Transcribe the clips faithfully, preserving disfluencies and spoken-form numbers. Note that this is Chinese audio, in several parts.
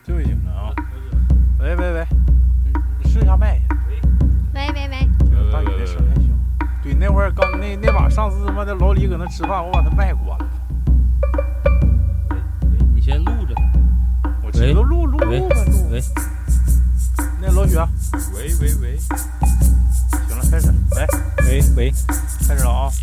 就行了啊。喂喂喂，你试一下麦。 喂喂喂， 大宇那声还行。对，那会儿刚那那把上次他妈的老李搁那吃饭，我把他麦关了。 你先录着呢。 我知道录录录吧录。 喂， 那老许， 喂喂喂， 行了，开始。来， 喂喂， 开始了啊。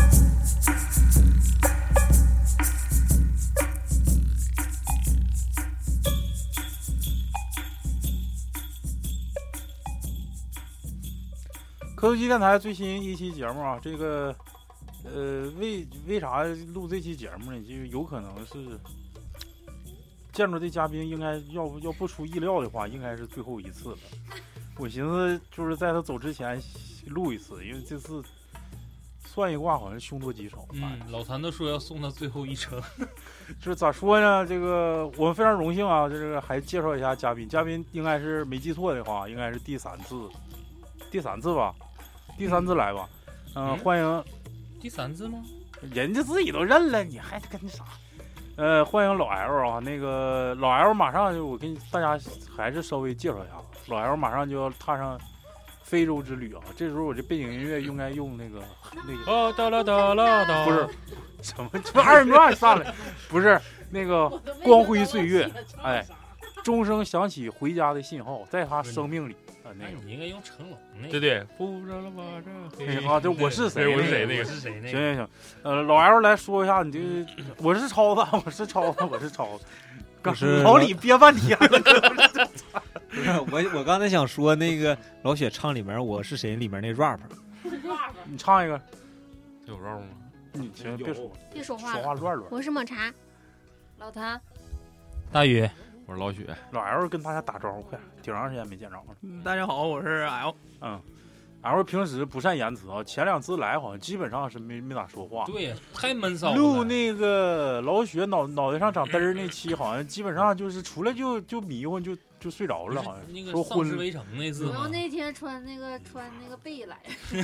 科头机电台最新一期节目啊，这个呃，为为啥录这期节目呢？就有可能是见着这嘉宾，应该要不要不出意料的话，应该是最后一次了。我寻思就是在他走之前录一次，因为这次算一卦好像凶多吉少。 嗯，老谭都说要送他最后一程。 就是咋说呢？这个我们非常荣幸啊，这个还介绍一下嘉宾，嘉宾应该是没记错的话，应该是第三次，第三次吧。第三次来吧，呃、嗯，欢迎。 第三次吗？ 人家自己都认了，你还跟那啥？呃，欢迎老 L 啊，那个老 L 马上就我跟大家还是稍微介绍一下吧。老 L 马上就要踏上非洲之旅啊，这时候我这背景音乐应该用那个那个哦哒啦哒啦哒， 不是什么这二人转上来，不是那个光辉岁月，哎，钟声响起回家的信号，在他生命里。 那你应该用成龙那个， 对对， 不知道了吧？ 这啊，这我是谁？ 我是谁？那个是谁？那个行行行，呃，老 L 来说一下，你这我是超子，我是超子，我是超子。 刚是老李憋半天了， 不是我，我刚才想说那个老雪唱里面我是谁里面那 rap， 你唱一个， 有 rap 吗？ 你行，别说， 别说话， 说话乱乱。 我是抹茶，老谭， 大宇。 我是老许， 老 L 跟大家打招呼，快，挺长时间没见着了。 大家好，我是 L。 嗯 ，L 平时不善言辞啊，前两次来好像基本上是没没咋说话。 对，太闷骚了。 录那个老雪脑脑袋上长灯儿那期，好像基本上就是出来就就迷糊就就睡着了，好像。 那个丧尸围城那次。 然后那天穿那个穿那个被来，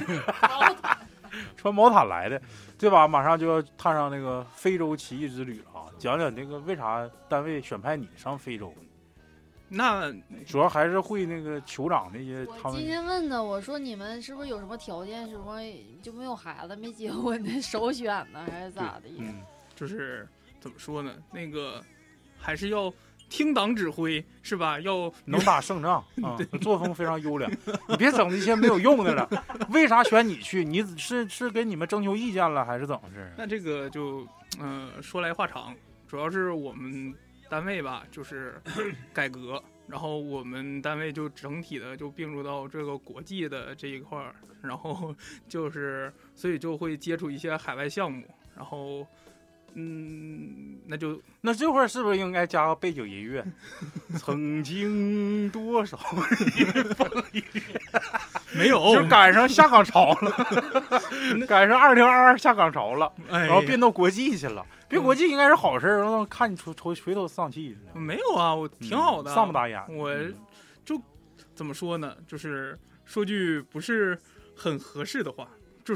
穿毛毯来的，对吧？马上就要踏上那个非洲奇异之旅了啊！讲讲那个为啥单位选派你上非洲呢？ 那主要还是会那个酋长那些。 我今天问的，我说你们是不是有什么条件，什么就没有孩子、没结婚的首选呢，还是咋的？ 嗯， 就是怎么说呢？那个还是要听党指挥，是吧？要能打胜仗啊、嗯，作风非常优良。你别整这些没有用的了。为啥选你去？你是是给你们征求意见了，还是怎么回事？ 那这个就嗯、呃、说来话长，主要是我们单位吧，就是改革，然后我们单位就整体的就并入到这个国际的这一块儿，然后就是所以就会接触一些海外项目，然后。嗯，那就那这会儿是不是应该加个背景音乐？曾经多少风雨， 没有， 就赶上下岗潮了，赶上二零二二下岗潮了， 哎、 然后变到国际去了。变国际应该是好事，然后看你垂垂垂头丧气。 没有啊，我挺好的， 嗯、丧不打眼。 我就怎么说呢？就是说句不是很合适的话，就是。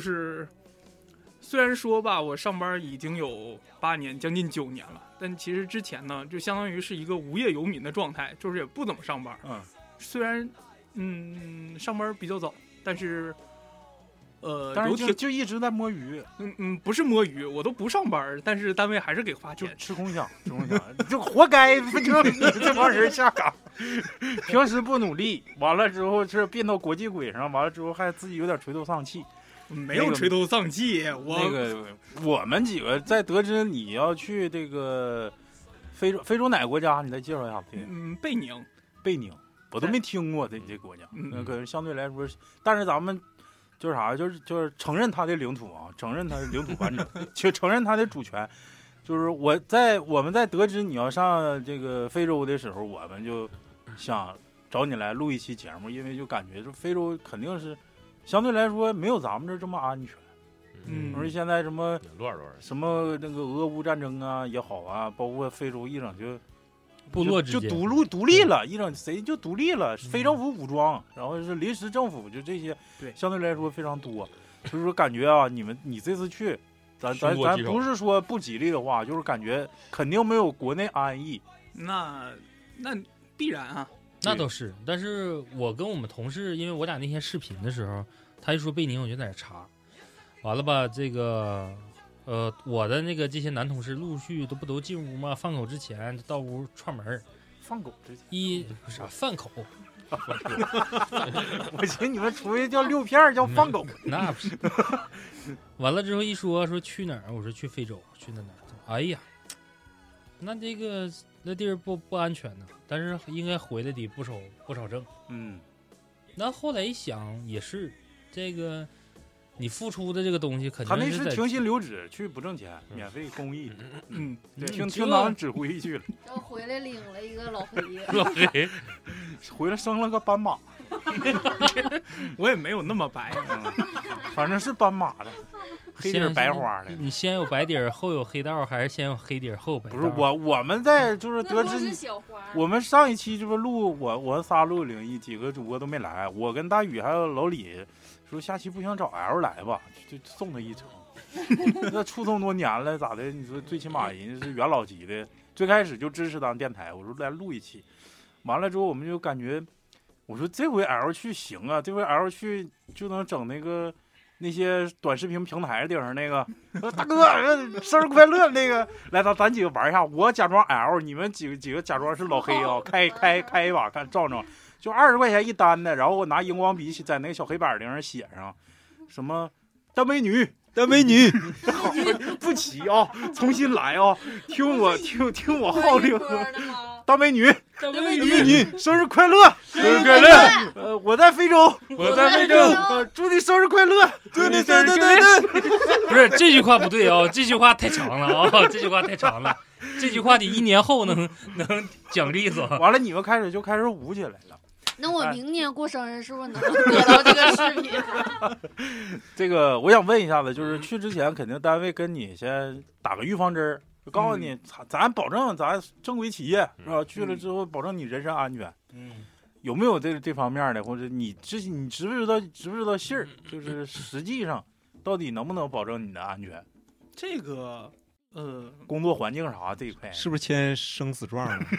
虽然说吧，我上班已经有八年，将近九年了，但其实之前呢，就相当于是一个无业游民的状态，就是也不怎么上班。 嗯， 虽然嗯上班比较早，但是呃， 但是就就一直在摸鱼。 嗯嗯，不是摸鱼，我都不上班，但是单位还是给发钱， 就吃空饷，吃空饷，就活该，不就你这帮人下岗，平时不努力，完了之后是变到国际轨上，完了之后还自己有点垂头丧气。 没有垂头丧气， 那个、 我那个我们几个在得知你要去这个非洲，非洲哪个国家？你再介绍一下。 嗯，贝宁， 贝宁，我都没听过这这国家。嗯，那可是相对来说，但是咱们就是啥，就是就是承认它的领土啊，承认它的领土完整，就承认它的主权。就是我在我们在得知你要上这个非洲的时候，我们就想找你来录一期节目，因为就感觉这非洲肯定是。相对来说没有咱们这这么安全， 嗯， 而且现在什么乱乱什么那个俄乌战争啊也好啊，包括非洲一整就部落之间就独立独立了，一整谁就独立了，非政府武装，然后是临时政府，就这些， 对， 相对来说非常多。就是说感觉啊，你们你这次去，咱咱咱不是说不吉利的话，就是感觉肯定没有国内安逸。 那那必然啊。 那倒是，但是我跟我们同事，因为我俩那天视频的时候，他一说贝宁，我就在那查，完了吧，这个呃，我的那个这些男同事陆续都不都进屋吗？饭口之前就到屋串门， 放狗之前， 一啥饭口， 我寻思你们出去叫溜片儿，叫放狗。 那不是。完了之后一说说去哪儿，我说去非洲，去那哪儿？哎呀，那这个那地儿不不安全呢，但是应该回来得不少不少挣。 嗯， 那后来一想也是，这个你付出的这个东西肯他那定在是停薪留职，去不挣钱，免费公益， 嗯， 对， 嗯这听听他们指挥去了， 然后回来领了一个老黑， 老黑。 回来生了个斑马， 我也没有那么白。 嗯，反正是斑马的，黑底儿白花的。 你先有白底儿后有黑道，还是先有黑底儿后有白道？ 不是我，我们在就是得知那不是小花， 我们上一期这不录我我仨录灵异，几个主播都没来，我跟大宇还有老李说下期不想找 L 来吧，就就送他一程。那处这么多年了，咋的？你说最起码人家是元老级的，最开始就支持咱电台，我说来录一期，完了之后我们就感觉，我说这回 L 去行啊，这回 L 去就能整那个那些短视频平台顶上那个，大哥生日快乐那个，来咱咱几个玩一下，我假装 L， 你们几个几个假装是老黑啊，开开开一把看照照，就二十块钱一单的，然后我拿荧光笔在那个小黑板顶上写上什么大美女。大美女，不齐啊，重新来啊！听我听听我号令，大美女， 大美美女，生日快乐，生日快乐！呃，我在非洲， 我在非洲， 呃，祝你生日快乐，祝你生日快乐！ 不是这句话不对啊，这句话太长了啊，这句话太长了，这句话得一年后能能讲利索。 完了，你们开始就开始舞起来了。 那我明年过生日是不是能得到这个视频？ 这个我想问一下子，就是去之前肯定单位跟你先打个预防针儿，就告诉你，咱咱保证咱正规企业是吧？去了之后保证你人身安全。 嗯， 有没有这这方面的，或者你知你知不知道知不知道信儿？就是实际上到底能不能保证你的安全？ 这个呃， 工作环境啥这一块是不是签生死状了？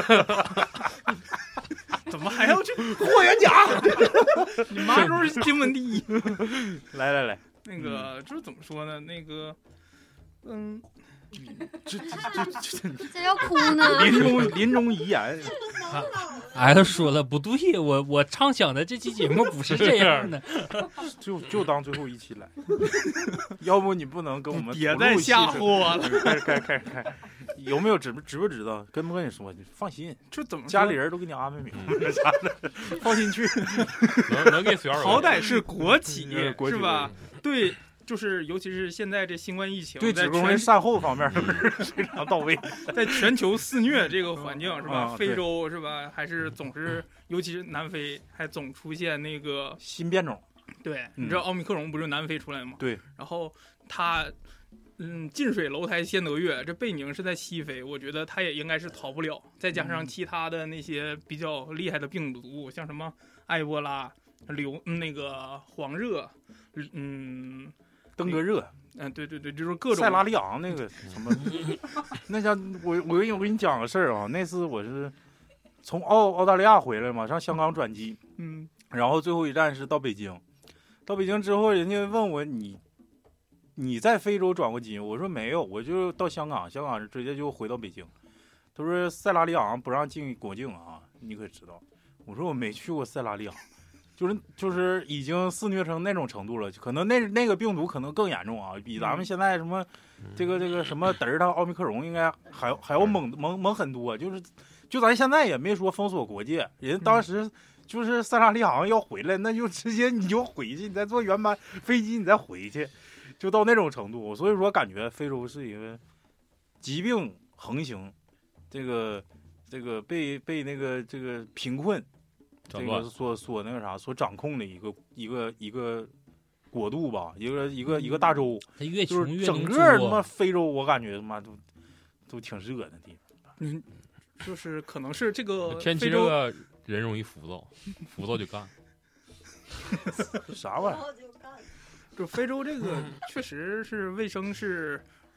怎么还要去霍元甲？ 你妈就是新闻第一。 来来来， 那个就是怎么说呢？那个，嗯， 这这这这这要哭呢。 临终临终遗言。 哎，他说了不对，我我畅想的这期节目不是这样的， 就就当最后一期来，要不你不能跟我们别再吓唬我了。 开始开始开始开始，有没有知不知不知道？跟不跟你说？你放心， 就怎么家里人都给你安排明白啥的，放心去。 能能给随便好歹是国企嗯国企是吧？对。就是，尤其是现在这新冠疫情， 对职工人善后方面是不是非常到位？ 在全球肆虐这个环境是吧？ 啊、 非洲是吧？还是总是，尤其是南非，还总出现那个新变种。 对， 嗯、 你知道奥密克戎不是南非出来的吗？ 对。 然后它，嗯，近水楼台先得月，这贝宁是在西非，我觉得它也应该是逃不了。再加上其他的那些比较厉害的病毒，像什么埃博拉、流那个黄热，嗯。 登革热， 嗯，对对对，就是各种塞拉利昂那个什么，那家我我跟你我跟你讲个事儿啊，那次我是从澳澳大利亚回来嘛，上香港转机， 嗯， 然后最后一站是到北京，到北京之后，人家问我你你在非洲转过机？我说没有，我就到香港，香港直接就回到北京。他说塞拉利昂不让进国境啊，你可知道？我说我没去过塞拉利昂。就是就是已经肆虐成那种程度了，可能那那个病毒可能更严重啊，比咱们现在什么这个这个什么德尔塔、奥密克戎应该还还要猛猛猛很多。就是就咱现在也没说封锁国界，人当时就是塞拉利昂要回来，那就直接你就回去，你再坐原班飞机你再回去，就到那种程度。所以说感觉非洲是一个疾病横行，这个这个被被那个这个贫困。这个所所那个啥所掌控的一个一个一个国度吧，一个一个一个大洲， 越穷越就是整个他妈非洲，我感觉他妈都都挺热的地方。 嗯，就是可能是这个天气热，人容易浮躁，浮躁就干。 啥玩意儿？ 就非洲这个确实是卫生是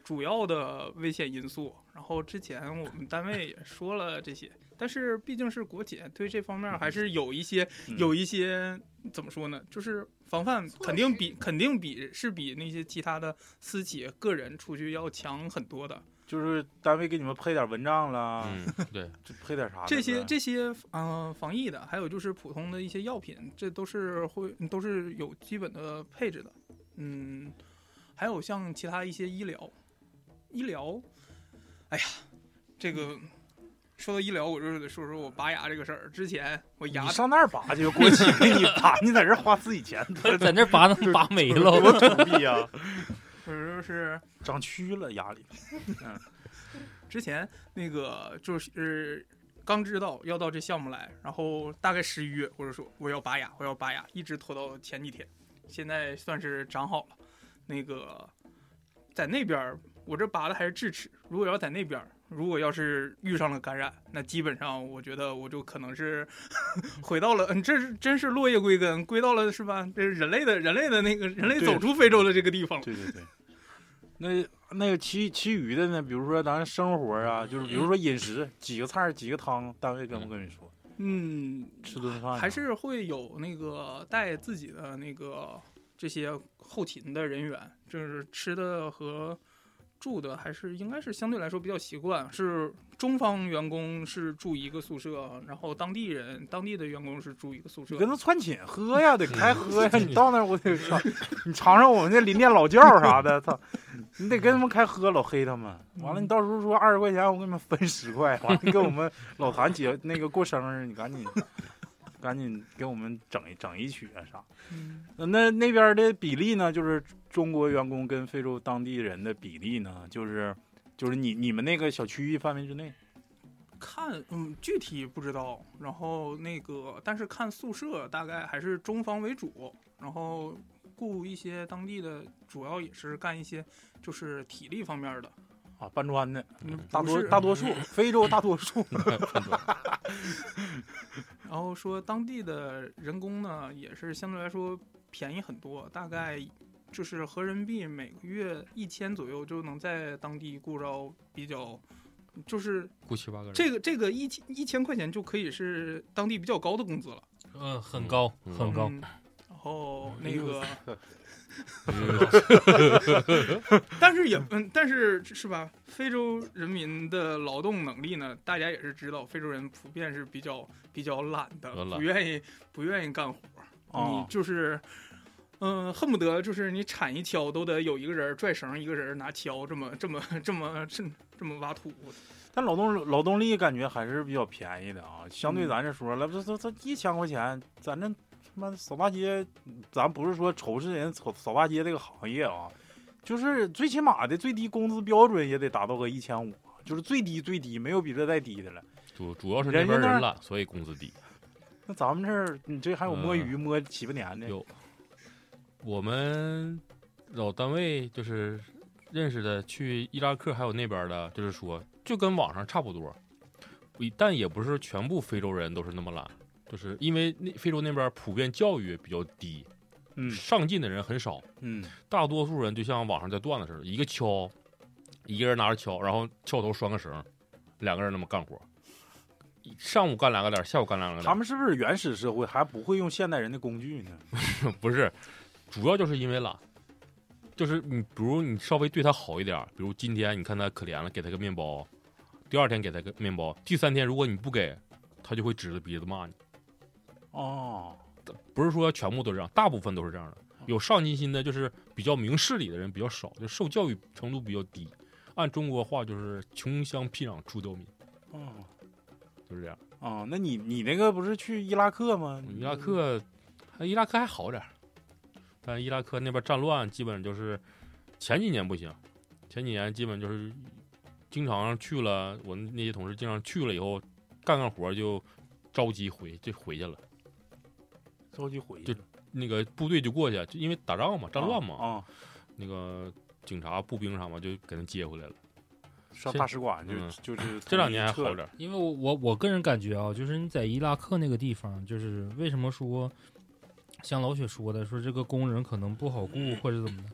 主要的危险因素。然后之前我们单位也说了这些，但是毕竟是国检，对这方面还是有一些、 嗯、 有一些怎么说呢？就是防范肯定比肯定比是比那些其他的私企个人出去要强很多的。 就是单位给你们配点蚊帐啦， 嗯，对， 就配点啥的这些这些嗯、呃、防疫的，还有就是普通的一些药品，这都是会都是有基本的配置的。嗯，还有像其他一些医疗，医疗，哎呀，这个说到医疗，我就得说说我拔牙这个事儿。之前我牙你上那儿拔去，国企给你拔，你在这花自己钱， 在那拔能拔没了， 多土逼呀！ 就是长蛆了牙里。 嗯，之前那个就是刚知道要到这项目来，然后大概十一月，我就说我要拔牙，我要拔牙，一直拖到前几天，现在算是长好了。那个在那边，我这拔的还是智齿，如果要在那边，如果要是遇上了感染，那基本上我觉得我就可能是回到了，嗯，这是真是落叶归根，归到了是吧？这是人类的人类的那个人类走出非洲的这个地方了。 对对对。那那个其其余的呢？比如说咱生活啊，就是比如说饮食，几个菜几个汤，单位跟不跟你说？ 嗯， 吃顿饭还是会有那个带自己的那个这些后勤的人员，就是吃的和住的还是应该是相对来说比较习惯。是中方员工是住一个宿舍，然后当地人当地的员工是住一个宿舍。 跟他串寝喝呀，得开喝呀！你到那儿我得上，你尝尝我们那林甸老窖啥的，操！你得跟他们开喝，老黑他们。完了，你到时候说二十块钱，我给你们分十块。完了，跟我们老谭姐那个过生日，你赶紧赶紧给我们整一整一曲啊啥。 嗯， 那那边的比例呢，就是中国员工跟非洲当地人的比例呢，就是就是你你们那个小区域范围之内。 看，嗯，具体不知道。然后那个，但是看宿舍大概还是中方为主，然后雇一些当地的，主要也是干一些就是体力方面的啊，搬砖的， 嗯， 大多大多数，非洲大多数。 然后说当地的人工呢，也是相对来说便宜很多，大概就是合人民币每个月一千左右就能在当地雇着比较。就是雇七八个人， 这个这个一千一千块钱就可以是当地比较高的工资了， 嗯，很高、嗯、很高。 嗯、然后那个，但是也嗯，但是是吧？非洲人民的劳动能力呢，大家也是知道，非洲人普遍是比较比较懒的，不愿意不愿意干活。 哦、 你就是。嗯，恨不得就是你铲一锹都得有一个人拽绳，一个人拿锹，这么这么这么这这么挖土。 但劳动劳动力感觉还是比较便宜的啊，相对咱这说了，这这这一千块钱，咱这他妈扫大街，咱不是说仇视人扫扫大街这个行业啊，就是最起码的最低工资标准也得达到个一千五，就是最低最低，没有比这再低的了。 主主要是那边人懒，所以工资低。 那咱们这儿，你这还有摸鱼、嗯、摸七八年的？ 有。我们老单位就是认识的，去伊拉克还有那边的，就是说就跟网上差不多，但也不是全部非洲人都是那么懒，就是因为那非洲那边普遍教育比较低， 嗯， 上进的人很少， 嗯， 大多数人就像网上在段子似的，一个锹，一个人拿着锹，然后锹头拴个绳，两个人那么干活，上午干两个点，下午干两个点。 他们是不是原始社会还不会用现代人的工具呢？ 不是。主要就是因为懒，就是你，比如你稍微对他好一点，比如今天你看他可怜了，给他个面包，第二天给他个面包，第三天如果你不给，他就会指着鼻子骂你。 哦， 不是说全部都这样，大部分都是这样的。有上进心的，就是比较明事理的人比较少，就受教育程度比较低。按中国话就是穷乡僻壤出刁民。 哦， 就是这样。 哦，那你你那个不是去伊拉克吗？ 伊拉克，伊拉克还好点。但伊拉克那边战乱，基本就是前几年不行，前几年基本就是经常去了，我那些同事经常去了以后，干干活就着急回就回去了， 着急回就那个部队就过去，就因为打仗嘛，战乱嘛， 啊，啊那个警察、步兵啥嘛，就给他接回来了。 上大使馆就、 嗯、 就是这两年还好点， 因为我我我个人感觉啊，就是你在伊拉克那个地方，就是为什么说。像老雪说的，说这个工人可能不好雇或者怎么的，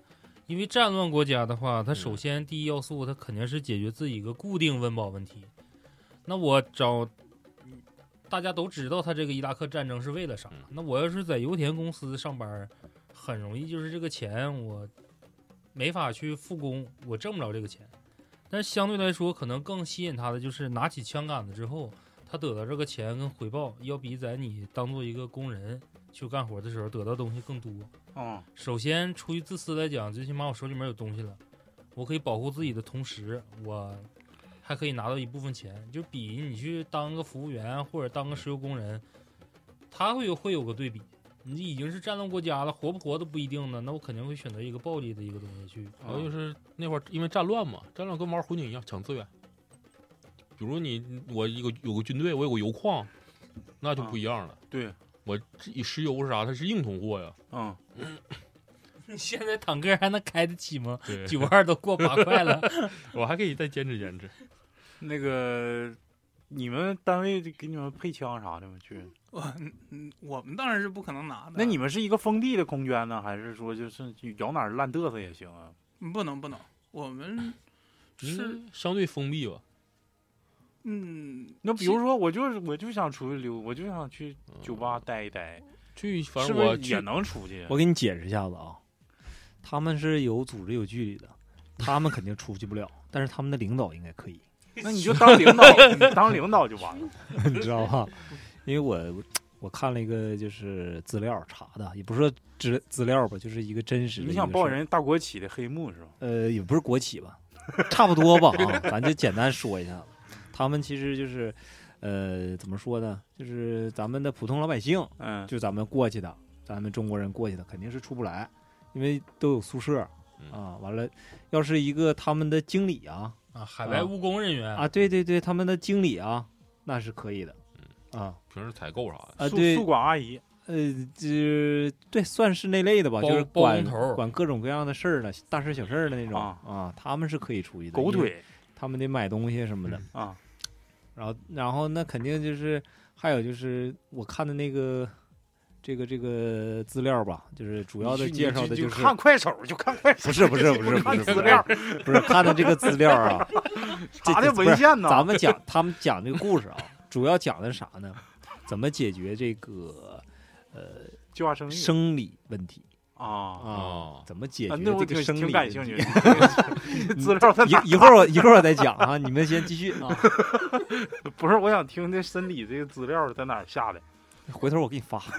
因为战乱国家的话，它首先第一要素，它肯定是解决自己一个固定温饱问题。那我找，大家都知道，他这个伊拉克战争是为了啥？那我要是在油田公司上班，很容易就是这个钱我没法去复工，我挣不着这个钱。但是相对来说，可能更吸引他的就是拿起枪杆子之后，他得到这个钱跟回报，要比在你当做一个工人去干活的时候得到东西更多。 嗯， 首先出于自私来讲，最起码我手里面有东西了，我可以保护自己的同时，我还可以拿到一部分钱，就比你去当个服务员或者当个石油工人，他会有会有个对比。你已经是战乱国家了，活不活都不一定呢，那我肯定会选择一个暴力的一个东西去。 还有就是那会儿因为战乱嘛，战乱跟玩红警一样抢资源。比如你我一个有个军队，我有个油矿，那就不一样了。 啊、对， 我石油是啥？它是硬通货呀。 嗯。 现在坦克还能开得起吗？九二都过八块了， 我还可以再坚持坚持。 那个，你们单位给你们配枪啥的吗？去？ 我嗯，我们当然是不可能拿的。 那你们是一个封闭的空间呢，还是说就是摇哪儿烂嘚瑟也行啊？ 不能不能，我们是相对封闭吧。 嗯， 那比如说，我就是我就想出去溜，我就想去酒吧待一待， 去反正我也能出去。 我给你解释一下子啊，他们是有组织有纪律的，他们肯定出去不了，但是他们的领导应该可以。 那你就当领导，你当领导就完了， 你知道吧？因为我我看了一个就是资料查的，也不是说资资料吧，就是一个真实的。 你想报人大国企的黑幕是吧？ 呃，也不是国企吧，差不多吧啊，咱就简单说一下。他们其实就是，呃，怎么说呢？就是咱们的普通老百姓， 嗯， 就咱们过去的，咱们中国人过去的，肯定是出不来，因为都有宿舍啊。完了，要是一个他们的经理啊， 啊，海外务工人员啊, 啊，对对对，他们的经理啊，那是可以的，啊， 平时采购啥的啊，对， 宿管阿姨， 呃，这对算是那类的吧，就是管管各种各样的事儿的，大事小事的那种 啊, 啊，他们是可以出去的， 狗腿， 他们得买东西什么的、 嗯、啊。 然后，然后那肯定就是，还有就是我看的那个，这个这个资料吧，就是主要的介绍的就是看快手就看快手， 不是不是不是不是资料， 不是看的这个资料啊， 啥的文献呢？ 咱们讲他们讲这个故事啊，主要讲的是啥呢？怎么解决这个呃计划生育生理问题啊啊？怎么解决这个生理？ 挺感兴趣。资料一一会儿我一会儿我再讲啊，你们先继续啊。 不是，我想听这生理这个资料在哪儿下的， 回头我给你发。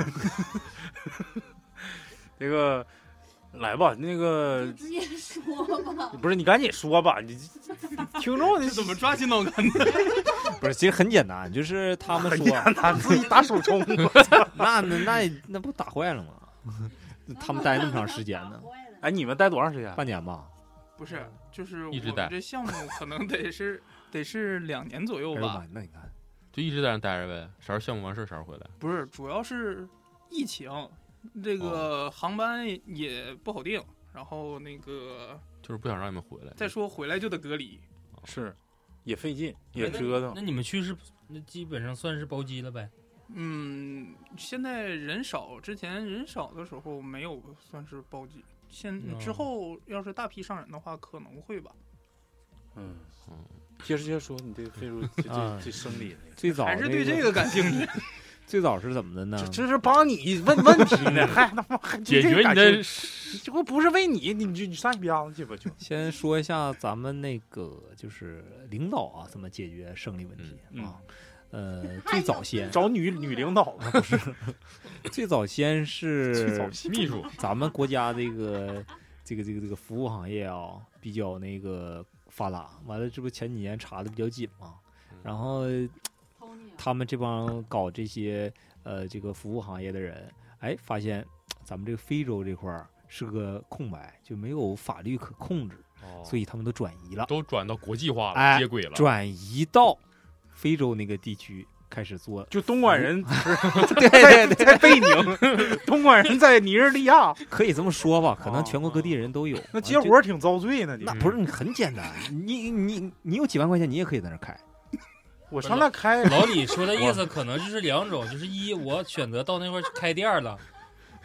那个来吧，那个直接说吧。 不是你赶紧说吧，你听众你怎么抓心挠肝的？ 不是，其实很简单，就是他们说他自己打手冲， 那那那那不打坏了吗？他们待那么长时间呢？ 哎，你们待多长时间？ 半年吧。 不是，就是我一直待。 这项目可能得是得是两年左右吧。 那你看， 就一直在那待着呗，啥时候项目完事啥时候回来？ 不是，主要是疫情，这个航班也不好定，然后那个就是不想让你们回来。 再说回来就得隔离， 是也费劲也折腾。 那你们去是那基本上算是包机了呗？ 嗯，现在人少，之前人少的时候没有算是包机。现之后要是大批上人的话，可能会吧。 嗯嗯，接着接着说，你这个废入这这这生理那个， 最早还是对这个感兴趣。 最早是怎么的呢？ 这是帮你问问题呢，还他妈还解决你的， 这不不是为你，你就你上一边子去吧就。 先说一下咱们那个就是领导啊，怎么解决生理问题、 嗯、 啊？呃，最早先找女女领导不是，最早先是秘书。 咱们国家这个这个这个这个服务行业啊，比较那个发达。完了，这不前几年查的比较紧嘛，然后他们这帮搞这些呃这个服务行业的人，哎，发现咱们这个非洲这块是个空白，就没有法律可控制， 哦、 所以他们都转移了， 都转到国际化了， 哎、 接轨了， 转移到非洲那个地区开始做， 就东莞人对对对， 在贝宁，东莞人在尼日利亚， 可以这么说吧？可能全国各地人都有。 那接活挺遭罪呢， 那不是你很简单，你你你有几万块钱，你也可以在那开。 我上那开， 老李说的意思可能就是两种，就是一我选择到那块去开店了，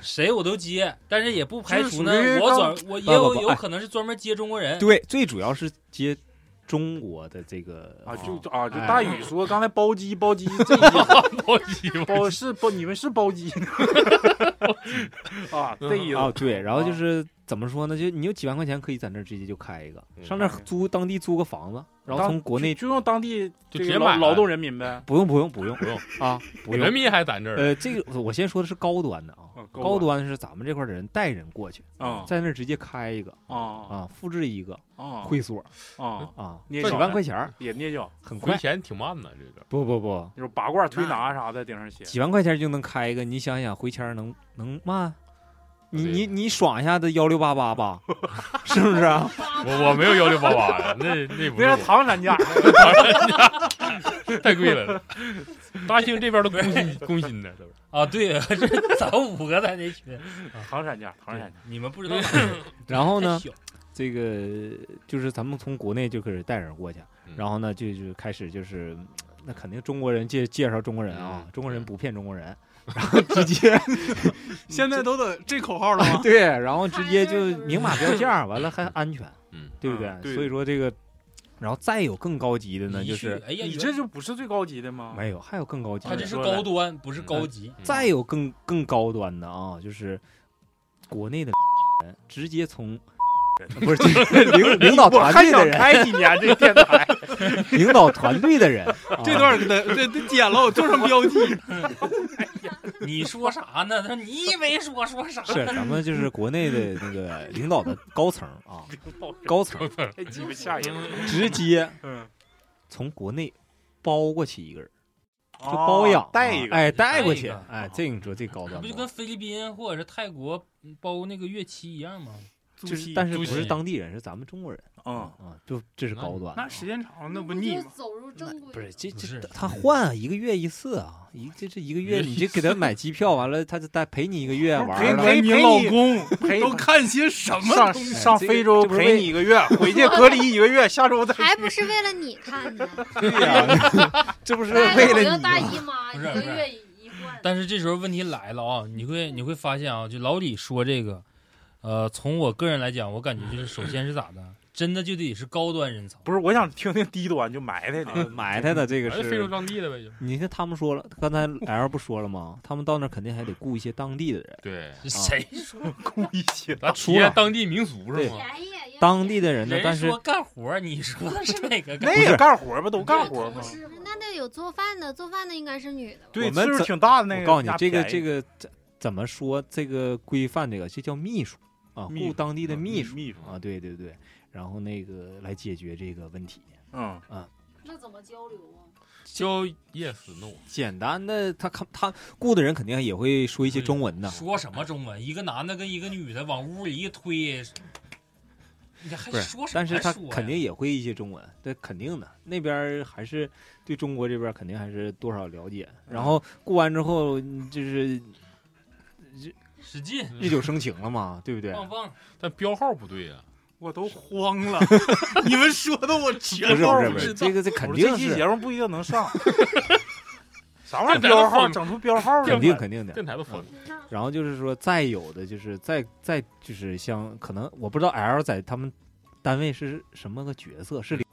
谁我都接，但是也不排除呢这属于， 我刚专我也有不不不哎有可能是专门接中国人。 对，最主要是接中国的这个啊，就就啊，就哎大宇说刚才包机包机这意思， 包机包是包你们是包机啊，这意啊， 思对，然后就是怎么说呢？就你有几万块钱可以在那儿直接就开一个，上那儿租当地租个房子，然后从国内就用当地这个就直接买劳劳动人民呗， 不用不用不用不用啊，不用人。民还在这儿， 呃，这个我先说的是高端的啊， 嗯高端是咱们这块的人带人过去， 啊在那儿直接开一个啊啊，复制一个啊会所啊， 啊，几捏脚万块钱儿也捏脚， 回很快。 钱挺慢的，这个不不不， 就是拔罐推拿啥的顶上写， 几万块钱就能开一个，你想想回钱儿能能慢？你对你你爽一下子幺六八八吧，是不是啊？ 我我没有幺六八八呀，那那不是那是我唐山价， 太贵了。大兴这边都工薪工薪的都是。 啊，对，这咱五个在那群， 唐山价，唐山价， 你们不知道。 然后呢太，小这个就是咱们从国内就开始带人过去， 嗯然后呢就就开始就是，那肯定中国人介介绍中国人啊， 嗯中国人不骗中国人，然后直接现在都得这口号了吗？ 对，然后直接就明码标价，完了还安全， 嗯， 对不对？ 嗯对所以说这个，然后再有更高级的呢， 一就是去哎呀， 你这就不是最高级的吗？ 没有，还有更高级的， 他这是说来高端，不是高级。 再有更更高端的啊，就是国内的人直接从。不是就是领领导我还想团队的人， 开几年这电台， 领导团队的人， 这啊段给他这这剪了，我做上标记。 你说啥呢？他说你以为说说啥？ 是咱们就是国内的那个领导的高层啊，高层太鸡巴吓人， 直接嗯， 从国内包过去一个人，就就包养带一个， 哎，带过去带一个， 哎，这个你说这高这端不？ 不就跟菲律宾或者是泰国包那个乐器一样吗？ 就是，但是不是租期当地人，是咱们中国人嗯， 啊，就这是高端。 那时间长那不就腻吗？ 走入正轨， 不是这这不是他换啊，一个月一次啊，一这这一个月你就给他买机票，完了他就带陪你一个月玩儿了。 陪陪你老公陪都看些什么上东西？ 上非洲这不是陪你一个月，回去隔离一个月，下周再还不是为了你看的？ 对呀，这不是哎为了你好像大吗？ 姨妈一不是不是个月一一换。 但是这时候问题来了啊，你会你会发现啊，就老李说这个，呃，从我个人来讲，我感觉就是首先是咋的，真的就得是高端人才。 不是，我想听听低端就埋汰呃的， 埋汰的这个还是非洲是， 当地的呗，就你看他们说了，刚才 L 不说了吗？他们到那儿肯定还得雇一些当地的人， 对， 谁说故意写咱体验当地民俗是吗？ 便宜也当地的人呢，但是人说干活，你说的是哪个干？ 那也干活吧，都干活吗？ 是那得有做饭的，做饭的应该是女的吧。 对， 我们怎岁数挺大的那个。 我告诉你，这个家便宜这个怎怎么说？这个规范这个，这叫秘书啊， 秘书雇当地的嗯秘书秘书啊，对对对，然后那个来解决这个问题。 嗯， 那怎么交流啊？ 教 yes no， 简单的，他看他雇的人肯定也会说一些中文的， 说什么中文？一个男的跟一个女的往屋里一推，你还不是说什么？ 但是他说呀肯定也会一些中文，这肯定的。那边儿还是对中国这边儿肯定还是多少了解。然后雇完之后，你就是使劲日久生情了嘛，对不对？ 棒棒。 但标号不对呀。 我都慌了，你们说的我全不是不是不知道。 不是，这个这肯我说这定是期节目不一定能上。啥玩意儿这咱标号？ 放整出标号来肯定肯定的。 电台都疯了， 然后就是说，再有的就是再再就是像可能我不知道 L 在他们单位是什么个角色，是领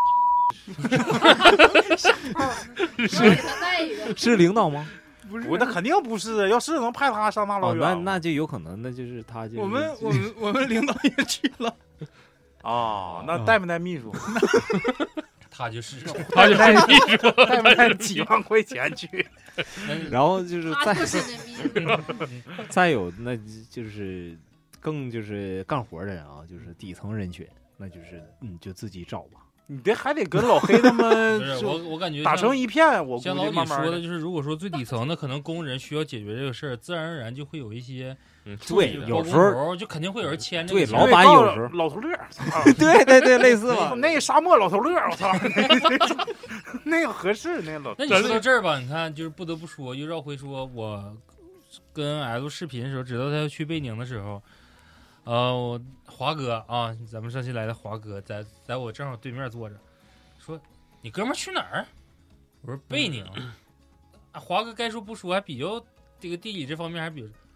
是给他带一个。 是领导吗？ 不是我那肯定不是，要是能派他上大老哦， 远吗。 那那就有可能，那就是他就是我们我们我们领导也去了， 啊，那带没带秘书？ 他就是， 他就带带没带几万块钱去？ 然后就是再他就是那逼。 再有那就是更就是干活的人啊，就是底层人群，那就是嗯就自己找吧。 你这还得跟老黑他们不是我我感觉打像成一片，我估像老李计慢慢说的，就是如果说最底层的可能工人需要解决这个事儿，自然而然就会有一些嗯对处理的有时候包工头就肯定会有人牵这个线对老板有时候老头乐，操对对对，类似吧。 那个沙漠老头乐，我操，那个合适，那个老那你说到这儿吧，你看就是不得不说，又绕回说我跟 L 视频的时候，知道他要去贝宁的时候，呃，我华哥啊，咱们上期来的华哥在在我正好对面坐着，说你哥们儿去哪儿？我说贝宁。啊，华哥该说不说，还比较这个地理这方面还比较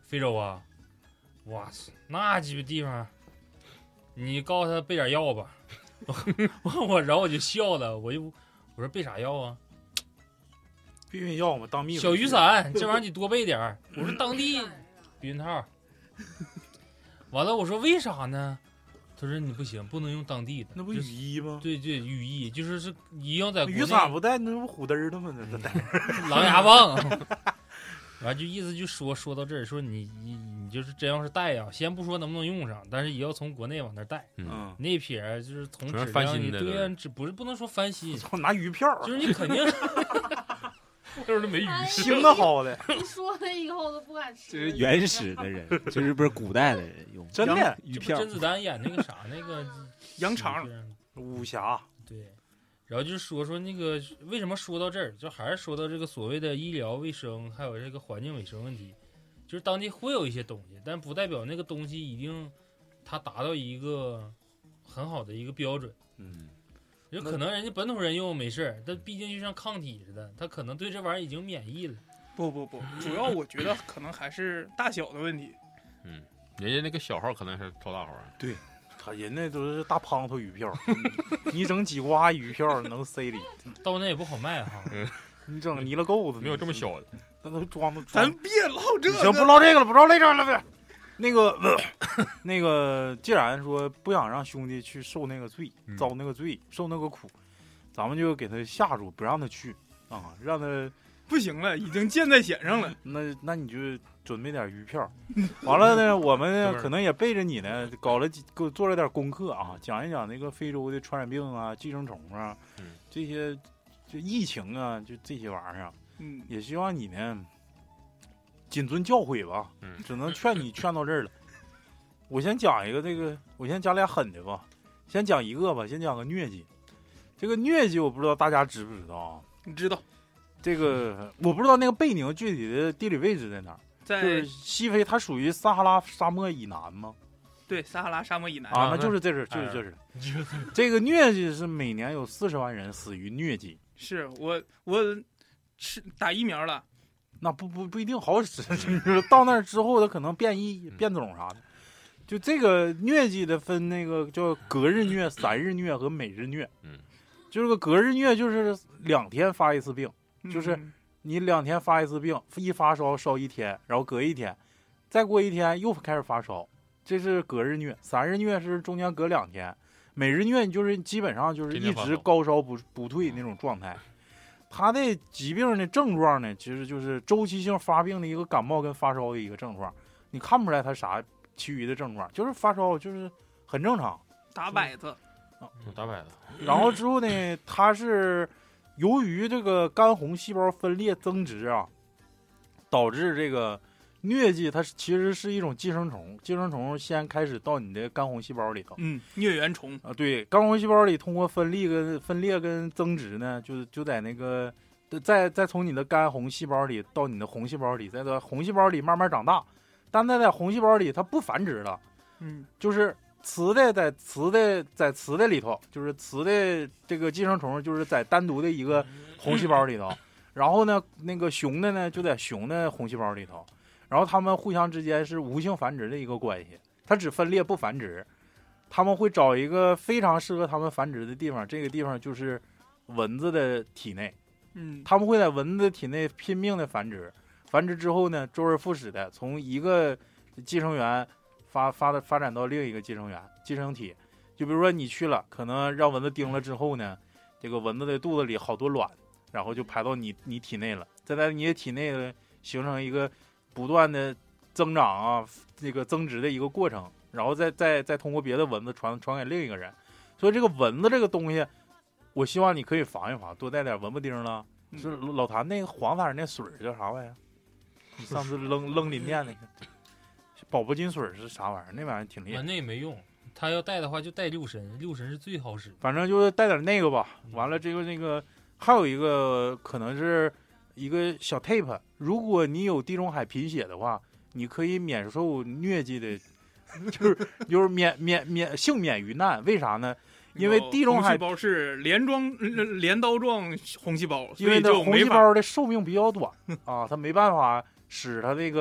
非洲啊，哇塞，那几个地方，你告诉他备点药吧。我我然后我就笑了，我就我说备啥药啊？ 避孕药嘛，当蜜小雨伞，这玩意儿你多备点儿。我说当地避孕套。完了，我说为啥呢？他说你不行，不能用当地的。 那不雨衣吗？ 对对，雨衣就是是一样在国内雨伞不带那不虎嘚儿的吗？那带狼牙棒。完就意思就说说到这儿，说你你你就是真要是带呀，先不说能不能用上，但是也要从国内往那儿带。 嗯， 那撇儿就是从质翻量你新的都是对呀，只不是不能说翻新， 拿鱼票， 就是你肯定就是没鱼， 哎新的好的， 你说了以后都不敢吃。 这是原始的人，就是不是古代的人用真的鱼票这不甄。子丹演那个啥那个羊肠， 武侠。 对，然后就是说说那个为什么说到这儿，就还是说到这个所谓的医疗卫生，还有这个环境卫生问题，就是当地会有一些东西，但不代表那个东西一定它达到一个很好的一个标准。 嗯， 有可能人家本土人用没事儿，但毕竟就像抗体似的，他可能对这玩意儿已经免疫了。 不不不，主要我觉得可能还是大小的问题。 嗯，人家那个小号可能是超大号啊。 对，他人那都是大滂头鱼票，你整几瓜鱼票能塞里， 到那也不好卖哈。 你整泥了够子， 没有这么小的， 那都装的。 咱别唠这个， 行，不唠这个了，不唠这个了，别。那个、呃、那个，既然说不想让兄弟去受那个罪， 嗯遭那个罪，受那个苦，咱们就给他吓住，不让他去啊，让他不行了，已经箭在弦上了。 那那你就准备点鱼票，完了呢，我们呢可能也背着你呢，搞了几给我做了点功课啊，讲一讲那个非洲的传染病啊、寄生虫啊， 嗯、 这些就疫情啊，就这些玩意儿啊， 嗯， 也希望你呢谨遵教诲吧， 嗯， 只能劝你劝到这儿了。我先讲一个这个，我先讲俩狠的吧，先讲一个吧，先讲个疟疾。这个疟疾我不知道大家知不知道啊？ 你知道？ 这个我不知道那个贝宁具体的地理位置在哪儿， 在就是西非，它属于撒哈拉沙漠以南吗？ 对，撒哈拉沙漠以南啊，那就是这是哎就是这是。这个疟疾是每年有四十万人死于疟疾。 是我我吃打疫苗了， 那不不不一定好使，到那儿之后它可能变异、变种啥的。就这个疟疾的分那个叫隔日疟、三日疟和每日疟。 嗯， 就是个隔日疟，就是两天发一次病，就是嗯你两天发一次病，一发烧烧一天，然后隔一天，再过一天又开始发烧，这是隔日疟。三日疟是中间隔两天，每日疟就是基本上就是一直高烧不不退那种状态。它的疾病的症状呢，其实就是周期性发病的一个感冒跟发烧的一个症状，你看不出来它啥其余的症状，就是发烧，就是很正常。 打摆子， 打摆子。 然后之后呢，它是由于这个肝红细胞分裂增殖啊，导致这个疟疾，它其实是一种寄生虫，寄生虫先开始到你的肝红细胞里头。 嗯，疟原虫啊，对，肝红细胞里通过分裂跟分裂跟增殖呢，就就在那个再再从你的肝红细胞里到你的红细胞里，再到红细胞里慢慢长大，但它在红细胞里它不繁殖了， 嗯， 就是雌的在雌的在雌的里头，就是雌的这个寄生虫就是在单独的一个红细胞里头，然后呢，那个雄的呢就在雄的红细胞里头，然后它们互相之间是无性繁殖的一个关系，它只分裂不繁殖，他们会找一个非常适合它们繁殖的地方，这个地方就是蚊子的体内， 嗯， 他们会在蚊子的体内拼命的繁殖，繁殖之后呢，周而复始的从一个寄生源发发的发展到另一个寄生源寄生体，就比如说你去了，可能让蚊子叮了之后呢，这个蚊子的肚子里好多卵，然后就排到你你体内了，再在你的体内形成一个不断的增长啊，这个增殖的一个过程，然后再再再通过别的蚊子传传给另一个人，所以这个蚊子这个东西，我希望你可以防一防，多带点蚊子叮了。 嗯是老谭那个黄色那水叫啥玩意儿？你上次扔扔林店那个宝宝金水是啥玩意儿？那玩意儿挺厉害。 那也没用，他要带的话就带六神，六神是最好使。 反正就是带点那个吧。完了，这个那个还有一个可能是一个小 tape， 如果你有地中海贫血的话，你可以免受疟疾的，就是就是免免免幸免于难。为啥呢？因为地中海红细胞是镰状镰刀状红细胞， 因为它所以就没法红细胞的寿命比较短啊，它没办法使它这个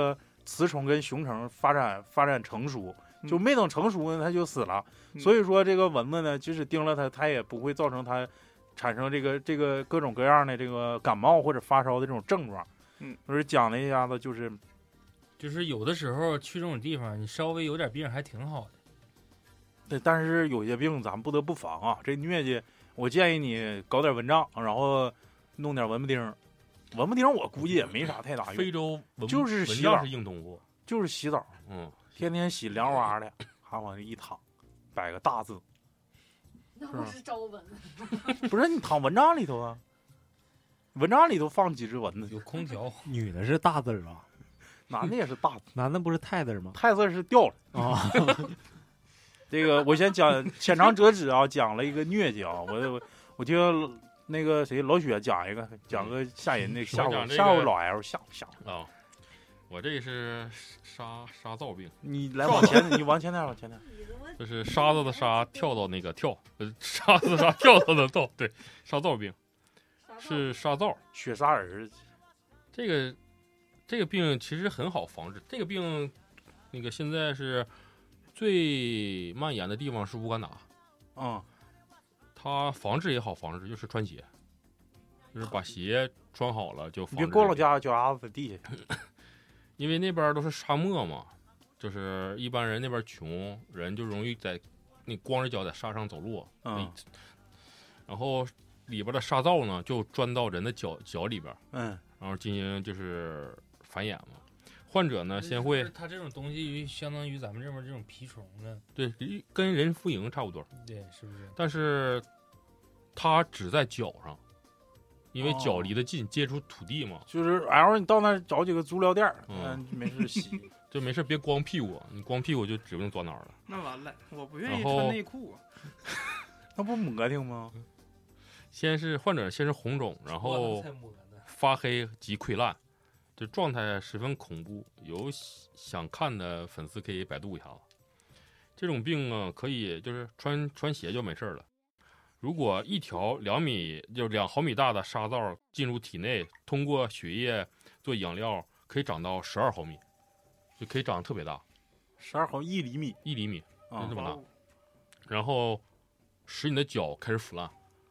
雌虫跟雄虫发展发展成熟， 嗯就没等成熟呢，它就死了。 嗯所以说这个蚊子呢，即使叮了它，它也不会造成它产生这个这个各种各样的这个感冒或者发烧的这种症状。 嗯， 就是讲了一下子，就是就是有的时候去这种地方，你稍微有点病还挺好的。 对，但是有些病咱不得不防啊。这疟疾，我建议你搞点蚊帐，然后弄点蚊不叮。蚊不叮我估计也没啥太大用， 非洲蚊就是洗澡蚊帐是硬通货， 就是洗澡， 嗯， 天天洗凉哇的，还往这一躺，摆个大字。 那不是招蚊不是你躺蚊帐里头啊，蚊帐里头放几只蚊子， 有空调， 女的是大字儿啊， 男的也是大字， 男的不是太字儿吗？ 太字是掉了。 啊， 这个我先讲浅尝辄止啊，讲了一个疟疾啊，我我我听那个谁老雪讲一个，讲个吓人的，吓唬我讲这个吓唬老 L，吓唬吓唬。 啊，我这是沙沙灶病， 你来往前，你往前点，往前点。 就是沙子的沙跳到那个跳，呃，沙子的沙跳到的灶，对，沙灶病是沙灶。 雪沙人， 这个这个病其实很好防治，这个病那个现在是最蔓延的地方是乌干达， 嗯， 它防治也好防治，就是穿鞋，就是把鞋穿好了就防治。 你别光老家脚丫子在地下。 因为那边都是沙漠嘛，就是一般人那边穷人就容易在那光着脚在沙上走路， 嗯， 然后里边的沙灶呢就钻到人的脚脚里边， 嗯， 然后进行就是繁衍嘛。患者呢先会， 它这种东西相当于咱们这边这种蜱虫呢， 对，跟人孵蝇差不多， 对，是不是？ 但是它只在脚上，因为哦脚离得近，接触土地嘛， 就是 L 你到那儿找几个足疗店儿， 嗯嗯，没事洗。 就没事别光屁股，你光屁股就指不定钻哪儿了。 那完了，我不愿意然后穿内裤啊。 那不磨挺吗？ 先是患者先是红肿，然后发黑及溃烂，这状态十分恐怖。有想看的粉丝可以百度一下子。这种病啊，可以就是穿穿鞋就没事了。如果一条两米就两毫米大的沙灶进入体内，通过血液做养料，可以长到十二毫米，就可以长得特别大， 十二毫一厘米一厘米啊就这么大，然后使你的脚开始腐烂。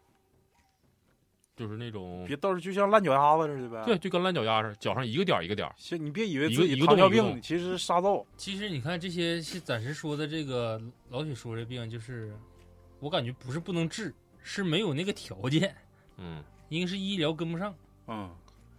就是那种， 别到时候就像烂脚丫子似的呗。 对，就跟烂脚丫似的，脚上一个点一个点。 行，你别以为一个自己一个糖尿病， 洞一个洞其实是沙灶。 其实你看这些是暂时说的这个老许说这病，就是我感觉不是不能治，是没有那个条件， 嗯， 一个是医疗跟不上， 嗯，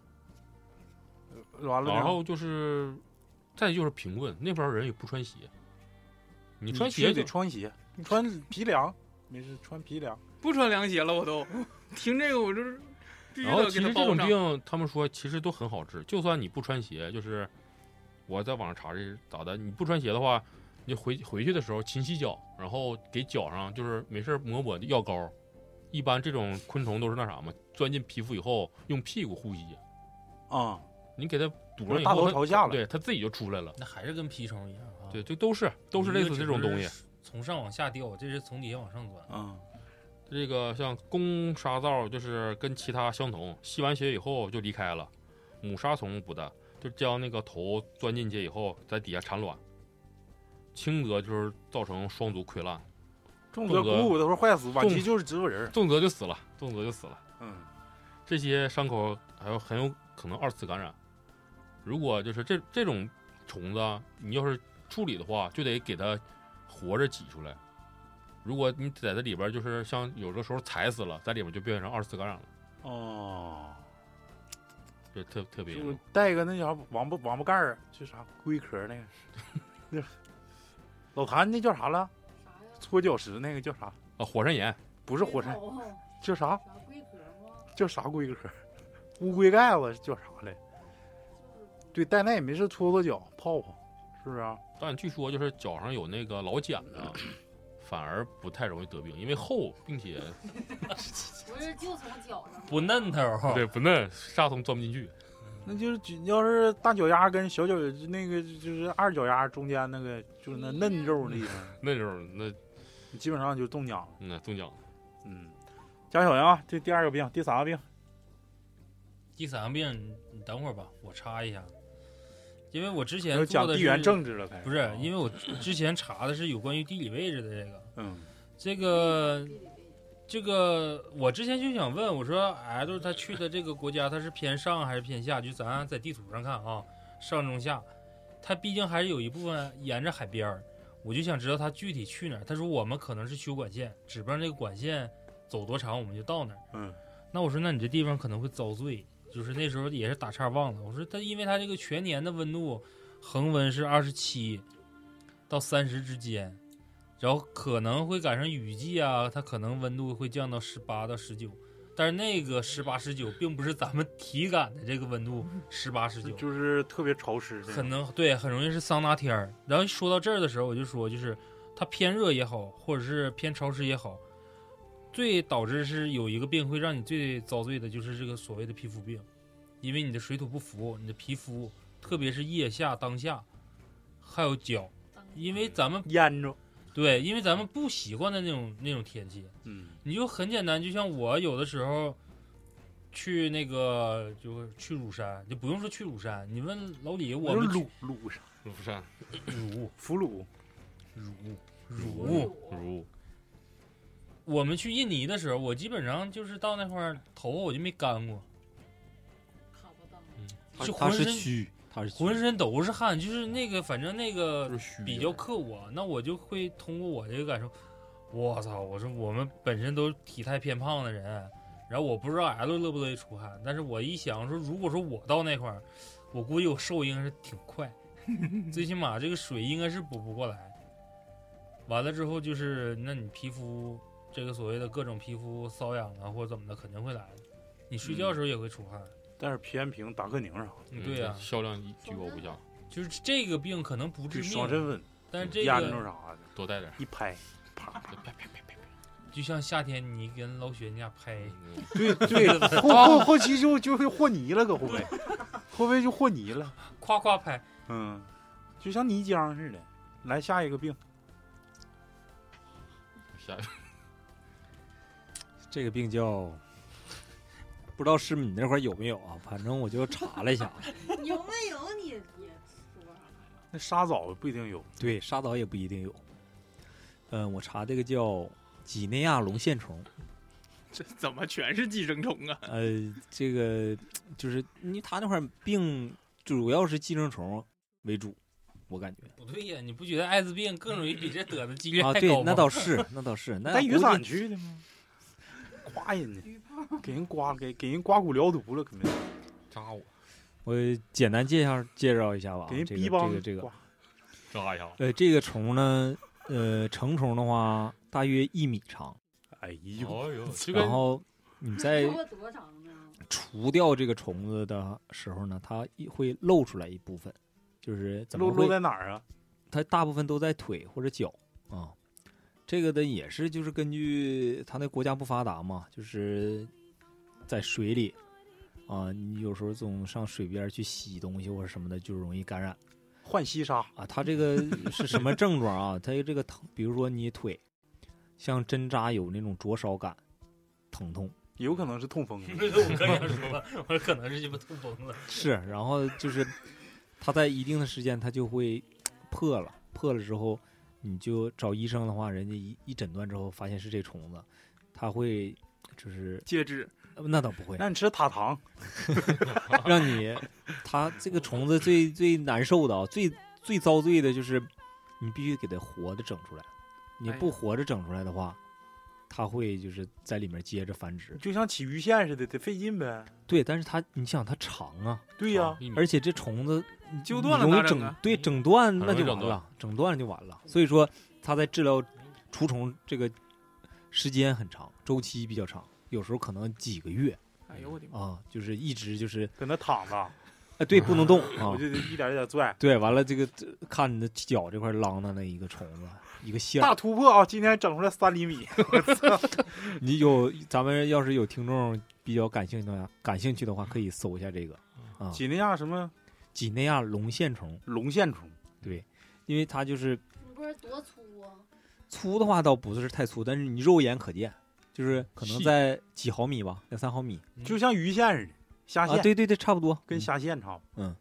完了， 然后就是，再就是贫困，那边人也不穿鞋，你穿鞋你得穿鞋，你穿皮凉，没事穿皮凉。 不穿凉鞋了，我都听这个我就是必须然后得其实这种给他包上。 病，他们说其实都很好治，就算你不穿鞋，就是我在网上查这是咋的，你不穿鞋的话，你回回去的时候勤洗脚，然后给脚上就是没事抹抹药膏。一般这种昆虫都是那啥嘛，钻进皮肤以后用屁股呼吸， 啊、 你给它堵上以大头后， 朝下了。 对，它自己就出来了。 那还是跟蜱虫一样啊。 对，这都是都是类似这种东西。 从上往下掉，这是从底下往上钻。 嗯， 这个像公沙灶就是跟其他相同，吸完血以后就离开了。母沙虫不的，就将那个头钻进去以后，在底下产卵。轻则就是造成双足溃烂， 重则股骨头坏死，晚期重就是植物人。 重则就死了，重则就死了。 嗯， 这些伤口还有很有可能二次感染。如果就是这这种虫子，你要是处理的话，就得给它活着挤出来。如果你在这里边，就是像有的时候踩死了，在里边就变成二次感染了。 哦， 就特特别就带一个那叫王八王八盖儿，就啥龟壳那个。老谭那叫啥了？搓脚石那个叫啥？ 啊，火山岩不是火山，叫啥？ 啥龟壳吗？ 叫啥龟壳？乌龟盖子叫啥来？对，带那也没事搓搓脚泡泡，是不是啊？ 但据说就是脚上有那个老茧的，反而不太容易得病，因为厚，并且不是就从脚上不嫩头， 对不嫩，沙虫钻不进去。 那就是要是大脚丫跟小脚那个就是二脚丫中间那个就是那嫩肉的地方， 那种那基本上就中奖了。 那中奖。 嗯，加小杨，这第二个病，第三个病， 第三个病，你等会儿吧，我插一下。 因为我之前就讲做的地缘是政治了，开始不是，因为我之前查的是有关于地理位置的这个， 嗯， 这个这个我之前就想问，我说 L 他去的这个国家，他是偏上还是偏下？就咱在地图上看啊，上中下，他毕竟还是有一部分沿着海边儿，我就想知道他具体去哪儿。他说我们可能是修管线，指不上这个管线走多长，我们就到哪儿。 嗯， 那我说那你这地方可能会遭罪，就是那时候也是打岔忘了。我说他因为他这个全年的温度恒温是二十七到三十之间。然后可能会赶上雨季啊，它可能温度会降到十八到十九，但是那个十八十九并不是咱们体感的这个温度十八十九， 就是特别潮湿， 很能对，很容易是桑拿天儿。然后说到这儿的时候，我就说，就是它偏热也好，或者是偏潮湿也好，最导致是有一个病会让你最遭罪的，就是这个所谓的皮肤病，因为你的水土不服，你的皮肤，特别是腋下、当下，还有脚，因为咱们腌着。 对，因为咱们不习惯的那种那种天气， 嗯， 你就很简单，就像我有的时候去那个就是去乳山，就不用说去乳山，你问老李，我们鲁鲁山鲁山乳俘虏乳乳乳， 我们去印尼的时候，我基本上就是到那块儿头发我就没干过，就他浑身是虚。 浑身都是汗，就是那个，反正那个就是虚比较克我，那我就会通过我这个感受，我操！我说我们本身都体态偏胖的人，然后我不知道 L 乐不乐意出汗，但是我一想说，如果说我到那块儿，我估计我瘦应该是挺快，最起码这个水应该是补不过来。完了之后就是，那你皮肤这个所谓的各种皮肤瘙痒啊，或者怎么的，肯定会来的。你睡觉的时候也会出汗。嗯但是皮炎平、达克宁啥的， 对呀、啊， 销量居高不下。 就是这个病可能不致命， 双身温， 但是这腌个着啥的， 多带点， 一拍，啪啪啪啪啪啪， 就像夏天你跟老雪你俩拍， 对对，后后后期就就会和泥了，搁后背，后背就和泥了， 夸夸拍， 嗯，就像泥浆似的。来下一个病， 下一个， 这个病叫。不知道是你那块有没有啊？反正我就查了一下， 有没有你也说？ 那沙枣不一定有， 对，沙枣也不一定有。嗯、呃，我查这个叫几内亚龙线虫， 这怎么全是寄生虫啊？ 呃，这个就是因为他那块病主要是寄生虫为主，我感觉。 不对呀，你不觉得艾滋病更容易比这得的几率啊？ 还高吗？ 对，那倒是，那倒是。那带雨伞去的吗？刮人呢，给人刮给给人刮骨疗毒了，肯定扎我。 我简单介绍介绍一下吧， 给人这逼帮个这个这个扎一下。 呃，这个虫呢，呃，成虫的话大约一米长。 哎呦， 然后你在除掉这个虫子的时候呢，它会露出来一部分，就是怎么露露在哪儿啊？ 它大部分都在腿或者脚啊。这个的也是就是根据它那国家不发达嘛，就是在水里啊，你有时候总上水边去洗东西或者什么的，就容易感染。 浣溪沙啊，它这个是什么症状啊？它这个疼，比如说你腿像针扎有那种灼烧感、疼痛， 有可能是痛风。 我刚想说，我可能是鸡巴痛风了。 是，然后就是它在一定的时间它就会破了，破了之后。你就找医生的话，人家一一诊断之后发现是这虫子，他会就是戒指， 那倒不会， 那你吃塔糖， 让你他这个虫子最最难受的啊，最最遭罪的就是你必须给它活的整出来，你不活着整出来的话，它会就是在里面接着繁殖， 就像起鱼线似的，得费劲呗。 对，但是它你想它长啊， 对呀、啊， 而且这虫子揪断了容易整，对，整断那就完了，整断了就完了。所以说它在治疗除虫这个时间很长，周期比较长，有时候可能几个月。 哎呦我的妈啊，就是一直就是搁那躺着， 哎，对，不能动啊， 我就得一点一点拽。 对，完了这个看你的脚这块啷的那一个虫子，一个线大突破啊！今天整出来三厘米，我操！ 你有咱们要是有听众比较感兴趣的话，感兴趣的话可以搜一下这个啊， 几内亚什么？ 几内亚龙线虫， 龙线虫， 对，因为它就是不是多粗啊？ 粗的话倒不是太粗，但是你肉眼可见，就是可能在几毫米吧，两三毫米， 就像鱼线似的，虾线啊，对对对，差不多， 跟虾线差不多。 嗯，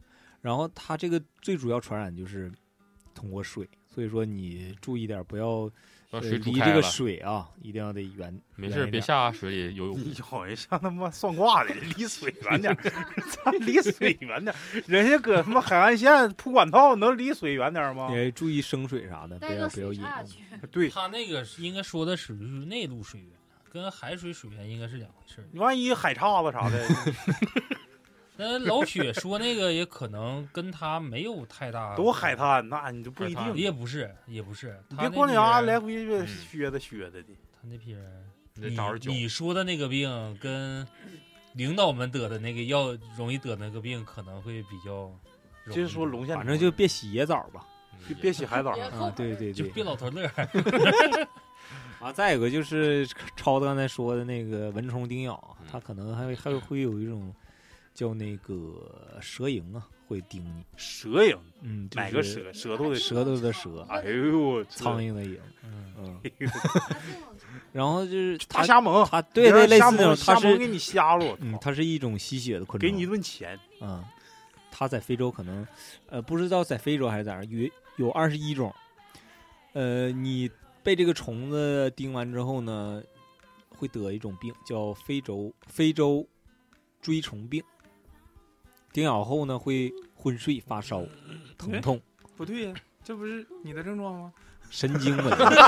然后它这个最主要传染就是通过水，所以说你注意点，不要。 把呃水煮开了离这个水啊，一定要得远。 没事，别下水里游泳。 你好像像他妈算卦的，离水远点，操，离水远点。人家搁他妈海岸线铺管套，能离水远点吗？ 也注意生水啥的，不带个要不要饮水下去。 对， 他那个是应该说的属于内陆水源，跟海水水源应该是两回事。 你万一海叉子啥的， 那老雪说那个也可能跟他没有太大。 都海滩，那你就不一定。 也不是，也不是。 你别光家来回嗯削的削的的。 他那批人， 你你说的那个病跟领导们得的那个要容易得那个病可能会比较。 就是说龙县， 反正就别洗野澡吧， 就别洗海澡啊！对对对， 就别老头乐。 啊，再有个就是超子刚才说的那个蚊虫叮咬，它可能还还会有一种。叫那个蛇蝇啊，会叮你。 蛇蝇， 嗯， 哪个蛇？舌头的舌头的蛇。 哎呦， 苍蝇的蝇。嗯嗯。然后就是大虾虻， 它对对类似那种，它是给你瞎了。 嗯，它是一种吸血的昆虫， 给你一顿钱。 嗯，它在非洲可能，呃，不知道在非洲还是在哪儿，有有二十一种。呃，你被这个虫子叮完之后呢，会得一种病，叫非洲非洲锥虫病。叮咬后呢，会昏睡、发烧、疼痛。 不对呀，这不是你的症状吗？ 神经紊乱。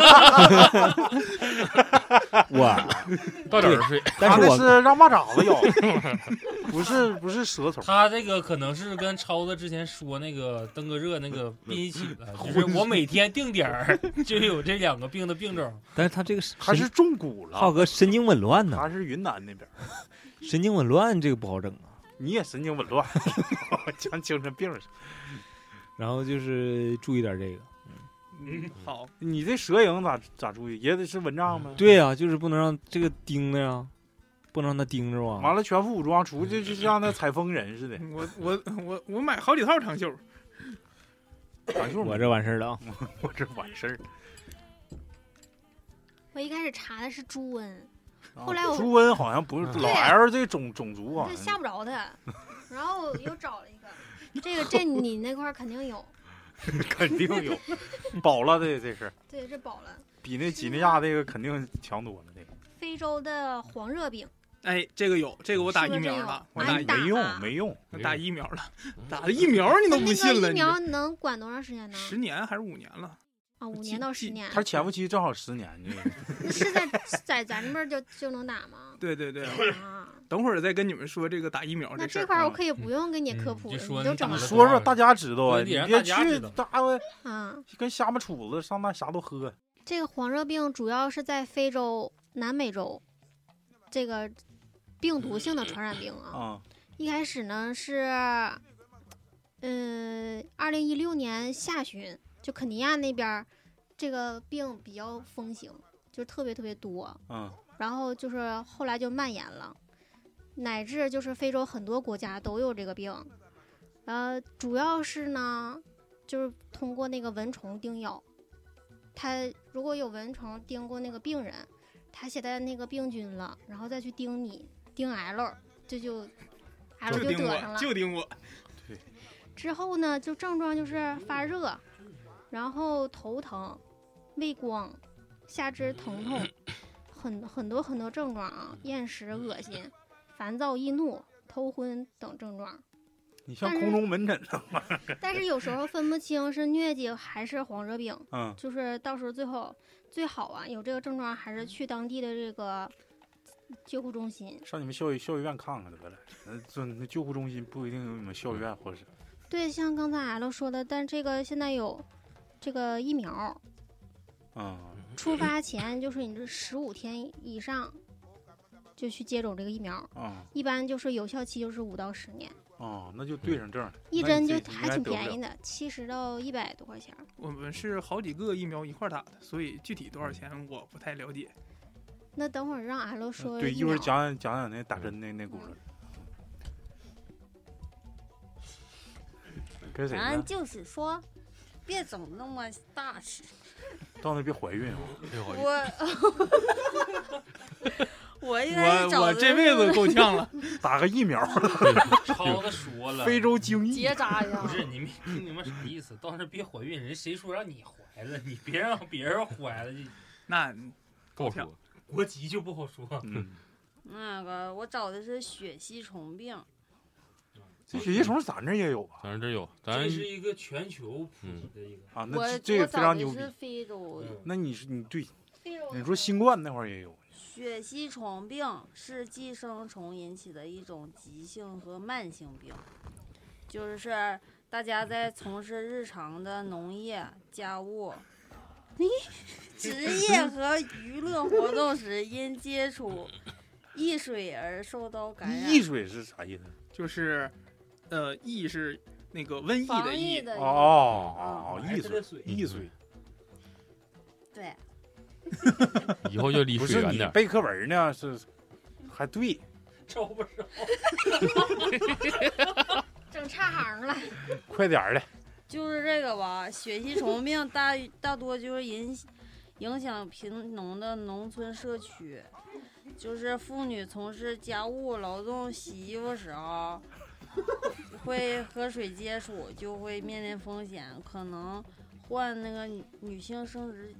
哇， 到点儿睡。 但是我是让蚂蚱子咬，不是不是蛇虫。 他这个可能是跟超子之前说那个登革热那个并一起了，就是我每天定点儿就有这两个病的病症。 但是他这个还是中蛊了。 浩哥神经紊乱呢？ 他是云南那边。 神经紊乱这个不好整啊。 你也神经紊乱，像精神病似的。 然后就是注意点这个。 嗯，好。 你这蛇蝇咋咋注意？也得是蚊帐吗？ 对呀、啊，就是不能让这个盯着呀，不能让它盯着啊。 完了，全副武装出去就像那采风人似的。 我我我我买好几套长袖。 长袖， 我这完事儿了啊！ 我这完事儿。 我一开始查的是猪瘟。后来我猪瘟好像不是老 L 这种种族啊， 吓不着他。然后又找了一个，这个这你那块肯定有， 肯定有，保了这这是。 对，这保了。 比那几内亚这个肯定强多了。这个非洲的黄热病， 哎，这个有，这个我打疫苗了，我打没用没用， 打疫苗了，打了疫苗你都不信了。 疫苗能管多长时间呢？ 十年还是五年了？ 啊，五年到十年， 他潜伏期正好十年， 是在在咱这边就就能打吗？ 对对对， 啊， 等会儿再跟你们说这个打疫苗那这这块儿我可以不用给你科普， 你就整说说大家知道啊，你别去大啊， 跟瞎巴杵子上那啥都喝。 这个黄热病主要是在非洲、南美洲，这个病毒性的传染病啊。 啊， 一开始呢是，嗯，二零一六年下旬。就肯尼亚那边，这个病比较风行，就特别特别多。 嗯， 然后就是后来就蔓延了，乃至就是非洲很多国家都有这个病。呃，主要是呢，就是通过那个蚊虫叮咬，它如果有蚊虫叮过那个病人，他携带那个病菌了，然后再去叮你，叮 L， 这就 L 就得上了， 就叮我。 对。 之后呢，就症状就是发热。然后头疼、畏光、下肢疼痛，很很多很多症状啊，厌食、恶心、烦躁、易怒、头昏等症状。 你像空中门诊了吗？ 但是有时候分不清是疟疾还是黄热病， 嗯， 就是到时候最后最好啊，有这个症状还是去当地的这个救护中心， 上你们校医校医院看看得了。那这那救护中心不一定有你们校医院合适。 对，像刚才 L 说的，但这个现在有。这个疫苗， 嗯， 出发前就是你这十五天以上就去接种这个疫苗， 啊、嗯， 一般就是有效期就是五到十年。 哦，那就对上症了。 一针就还挺便宜的，七十到一百多块钱。 我们是好几个疫苗一块打的，所以具体多少钱我不太了解。 那等会儿让 L 说。 对，一会儿讲讲讲讲那打针那那故事。跟谁呢？ 咱就是说。别总那么大事， 到那别怀孕啊！ 我我应该我找的我这辈子是够呛了。 打个疫苗， 超子说了， 非洲精疫。 结扎一下不。是你没听明白啥意思？到那别怀孕，人谁说让你怀了？你别让别人怀了， 那不好说。 国籍就不好说。 嗯， 那个，我找的是血吸虫病。 这血吸虫咱这也有吧？ 咱这有，咱这是一个全球普及的一个。 啊， 我那这个非我找的常牛逼。 是非洲的。 那你是你对， 非洲你说新冠那会儿也有。 血吸虫病是寄生虫引起的一种急性和慢性病，就是大家在从事日常的农业、家务、职业和娱乐活动时，因接触易水而受到感染。 易水是啥意思？ 就是，呃，疫是那个瘟疫防的疫， 疫的哦哦哦，易水， 水易水。 对， 以后就离不是水远点。 你背课文呢，是还对。 招不着。 整差行了。 快点儿的。 就是这个吧。血吸虫病大大多就是影影响贫农的农村社区，就是妇女从事家务劳动、洗衣服时候，会和水接触，就会面临风险，可能患那个女女性生殖。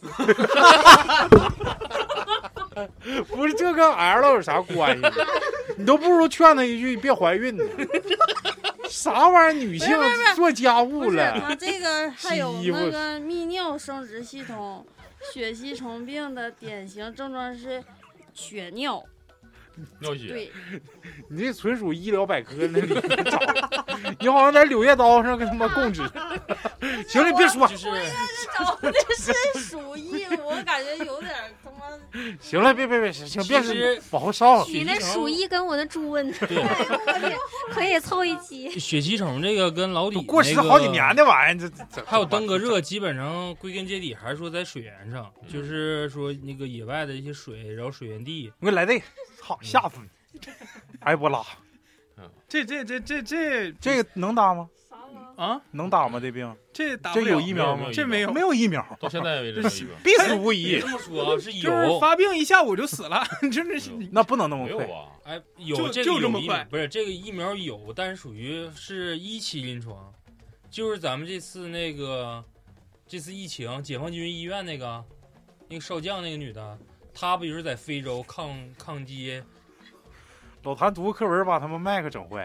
不是这跟 L 有啥关系？你都不如劝他一句别怀孕呢。啥玩意儿？女性做家务不是， 了？ 它这个还有洗衣服那个泌尿生殖系统。血吸虫病的典型症状是血尿。 尿血。 对， 你这纯属医疗百科那里面找，你好像在柳叶刀上跟他妈供职。行了，别说。 就是找的是鼠疫，我感觉有点他妈。 行了，别别别，行，别其实是往后稍。 你那鼠疫跟我的猪瘟， 对哎呦我天，可以凑一期。 血吸虫这个跟老李过时好几年的玩意儿，这这还有登革热，基本上归根结底还是说在水源上， 嗯就是说那个野外的一些水，然后水源地。 我给你来这个，操，吓死你！埃博拉， 这这这这这这个能打吗？ 啊， 能打吗？这病这打不了这有疫苗吗？ 这没有， 没有疫苗， 到现在为止没有疫苗。 必死无疑。 这么说是就是有， 发病一下午就死了，真的是。 那不能那么快。 没有啊， 哎，有就这个就这么有疫苗快不是这个疫苗有，但是属于是一期临床，就是咱们这次那个这次疫情，解放军医院那个那个少将那个女的，她不就是在非洲抗抗击。 老谭读课文把他们麦克整坏了，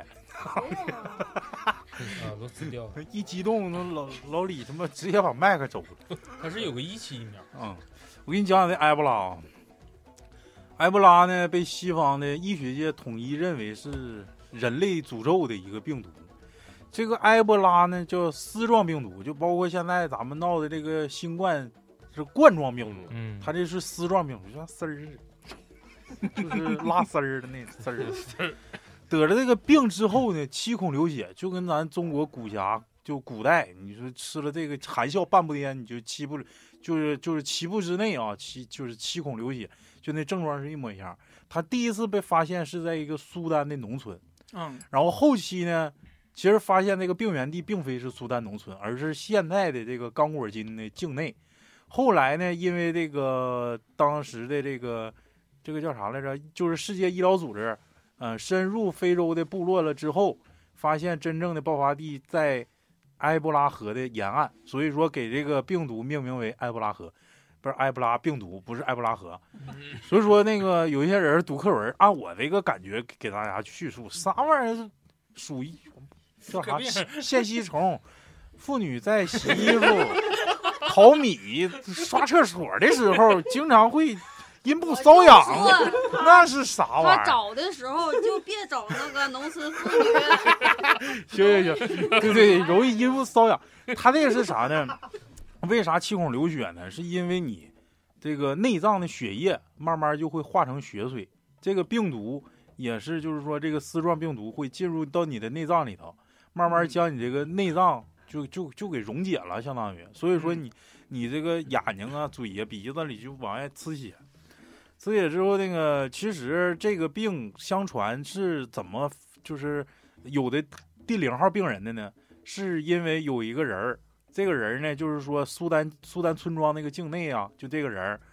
啊，都死掉了。 一激动，那老老李他妈直接把麦克走了。 它是有个一期疫苗。 嗯，我给你讲讲这埃博拉啊。埃博拉呢，被西方的医学界统一认为是人类诅咒的一个病毒。这个埃博拉呢叫丝状病毒，就包括现在咱们闹的这个新冠是冠状病毒， 嗯， 它这是丝状病毒，就像丝儿似的，就是拉丝儿的那丝儿。得了这个病之后呢，七孔流血，就跟咱中国古侠就古代，你说吃了这个含笑半步癫，你就七步，就是就是七步之内啊，七就是七孔流血，就那症状是一模一样。他第一次被发现是在一个苏丹的农村， 嗯， 然后后期呢，其实发现这个病原地并非是苏丹农村，而是现在的这个刚果金的境内。后来呢，因为这个当时的这个这个叫啥来着，就是世界医疗组织。呃，深入非洲的部落了之后，发现真正的爆发地在埃博拉河的沿岸，所以说给这个病毒命名为埃博拉河，不是埃博拉病毒，不是埃博拉河。所以说那个有一些人读课文，按我这个感觉给大家叙述，啥玩意儿属于叫啥线吸虫，妇女在洗衣服、淘米、刷厕所的时候，经常会。阴部瘙痒，那是啥玩意儿？ 他找的时候就别找那个农村妇女。 行行行，对对，容易阴部瘙痒。他这个是啥呢？为啥七孔流血呢？是因为你这个内脏的血液慢慢就会化成血水，这个病毒也是，就是说这个丝状病毒会进入到你的内脏里头，慢慢将你这个内脏就就就给溶解了，相当于。所以说你你这个眼睛啊、嘴呀、鼻子里就往外呲血。呲血之后，那个其实这个病相传是怎么，就是有的第零号病人的呢？是因为有一个人儿，这个人呢，就是说苏丹苏丹村庄那个境内啊，就这个人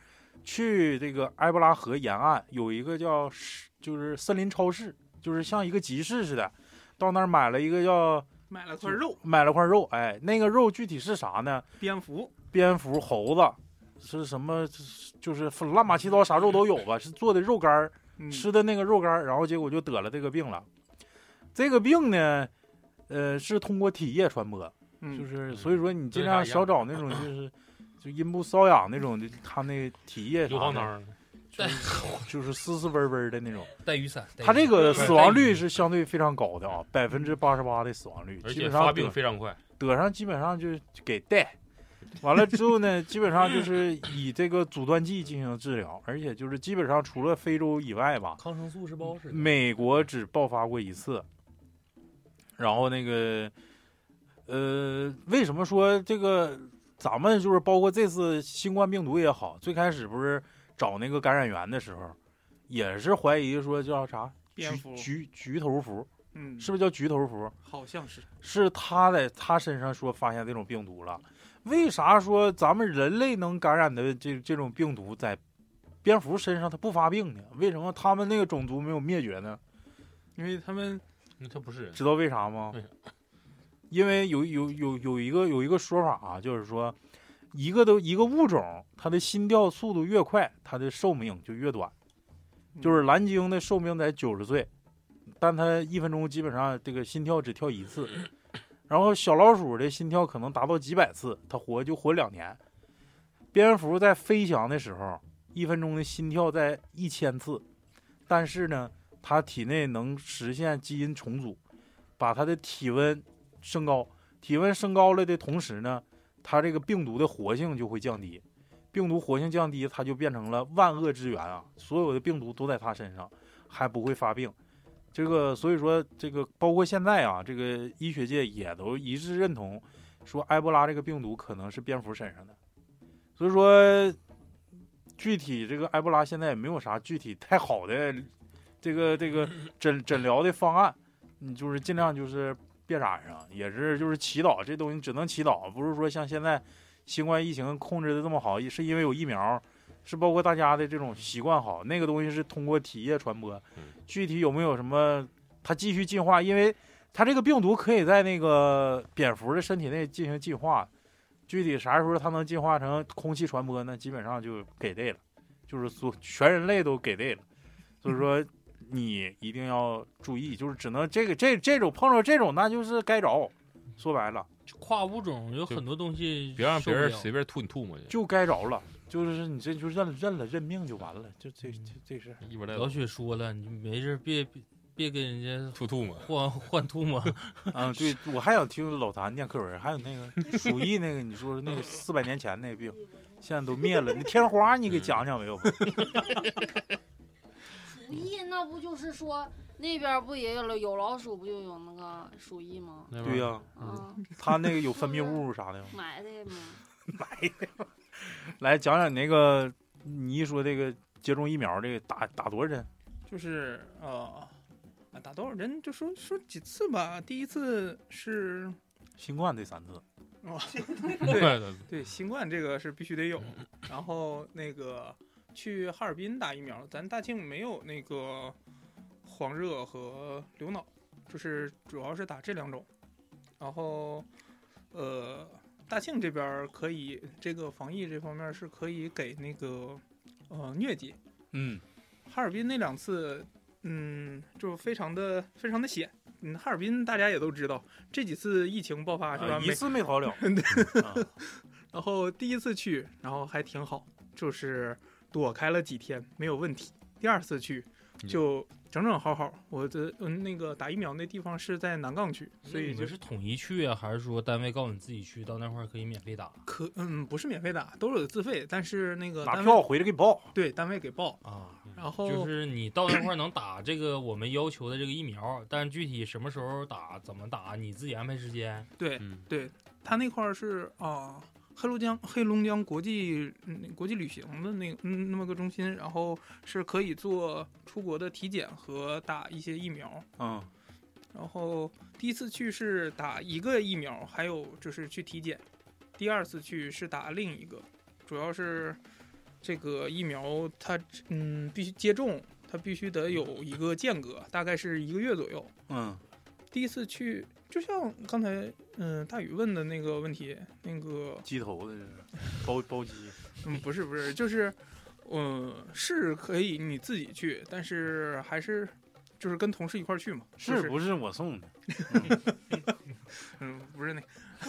去这个埃博拉河沿岸有一个叫就是森林超市，就是像一个集市似的，到那儿买了一个叫买了块肉， 买了块肉，哎，那个肉具体是啥呢？ 蝙蝠， 蝙蝠、猴子，是什么？就是乱八七糟啥肉都有吧，是做的肉干儿， 嗯、 吃的那个肉干儿，然后结果就得了这个病了。这个病呢，呃，是通过体液传播， 嗯、 就是所以说你尽量少找那种就是就阴部瘙痒那种的，他那体液硫磺汤。 就是丝丝温温的那种带雨伞， 它这个死亡率是相对非常高的啊，百分之八十八的死亡率， 而且发病非常快， 得上基本上就给带，完了之后呢，基本上就是以这个阻断剂进行治疗，而且就是基本上除了非洲以外吧， 抗生素是包是美国只爆发过一次，然后那个呃，为什么说这个咱们就是包括这次新冠病毒也好，最开始不是找那个感染源的时候，也是怀疑说叫啥蝙蝠菊菊头蝠， 嗯， 是不是叫菊头蝠？ 好像是， 是他在他身上说发现这种病毒了。为啥说咱们人类能感染的这这种病毒在蝙蝠身上它不发病呢？为什么他们那个种族没有灭绝呢？ 因为他们， 他不是人， 知道为啥吗？ 为啥？ 因为有有有有一个有一个说法啊，就是说。一个都一个物种，它的心跳速度越快，它的寿命就越短。就是蓝鲸的寿命在九十岁，但它一分钟基本上这个心跳只跳一次。然后小老鼠的心跳可能达到几百次，它活就活两年。蝙蝠在飞翔的时候，一分钟的心跳在一千次，但是呢，它体内能实现基因重组，把它的体温升高。体温升高了的同时呢，它这个病毒的活性就会降低，病毒活性降低，它就变成了万恶之源啊！所有的病毒都在它身上，还不会发病。这个所以说，这个包括现在啊，这个医学界也都一致认同，说埃博拉这个病毒可能是蝙蝠身上的。所以说，具体这个埃博拉现在也没有啥具体太好的这个这个诊诊疗的方案，你就是尽量就是别染上，也是就是祈祷，这东西只能祈祷，不是说像现在新冠疫情控制的这么好，是因为有疫苗，是包括大家的这种习惯好，那个东西是通过体液传播，具体有没有什么它继续进化，因为它这个病毒可以在那个蝙蝠的身体内进行进化，具体啥时候它能进化成空气传播呢？基本上就给对了，就是所全人类都给对了，所以说。你一定要注意，就是只能这个这这种碰到这种，那就是该着。说白了， 跨物种有很多东西， 别让别人随便吐你吐沫去， 就该着了。就是你这就认认了认命就完了，就这这这事。 老雪说了，你没事别别别跟人家吐吐沫， 换换吐沫。 啊，对，我还想听老谭念课文，还有那个鼠疫那个，你说那个四百年前那个病，现在都灭了。那天花你给讲讲没有？ 鼠疫那不就是说那边不也有有老鼠，不就有那个鼠疫吗？ 对呀、啊， 嗯， 他那个有分泌物啥的吗？ 埋的吗？ 埋的。来讲讲那个，你一说这个接种疫苗，这个打打多少针？ 就是呃，打多少针就说说几次吧。第一次是新冠这三次。 哦，对对，新冠这个是必须得有。然后那个。去哈尔滨打疫苗，咱大庆没有那个黄热和流脑，就是主要是打这两种。然后，呃，大庆这边可以这个防疫这方面是可以给那个呃疟疾。 嗯， 哈尔滨那两次，嗯，就非常的非常的险。嗯，哈尔滨大家也都知道，这几次疫情爆发是吧？ 啊、一次没逃了。 对。啊、然后第一次去，然后还挺好，就是。躲开了几天没有问题，第二次去就整整好好。我的嗯那个打疫苗那地方是在南岗区，所以你们是统一去啊，还是说单位告诉你自己去到那块儿可以免费打？ 可嗯不是免费打，都是自费，但是那个拿票回来给报， 对，单位给报啊。 然后就是你到那块儿能打这个我们要求的这个疫苗，但具体什么时候打、怎么打，你自己安排时间。 对、嗯、对，他那块儿是啊。黑龙江黑龙江国际嗯国际旅行的那嗯那么个中心，然后是可以做出国的体检和打一些疫苗。 嗯， 然后第一次去是打一个疫苗，还有就是去体检。第二次去是打另一个，主要是这个疫苗它嗯必须接种，它必须得有一个间隔，大概是一个月左右。 嗯， 第一次去，就像刚才嗯、呃、大宇问的那个问题，那个鸡头的包包鸡， 嗯不是不是，就是嗯、呃、是可以你自己去，但是还是就是跟同事一块儿去嘛。 是不是我送的？ 嗯，不是那。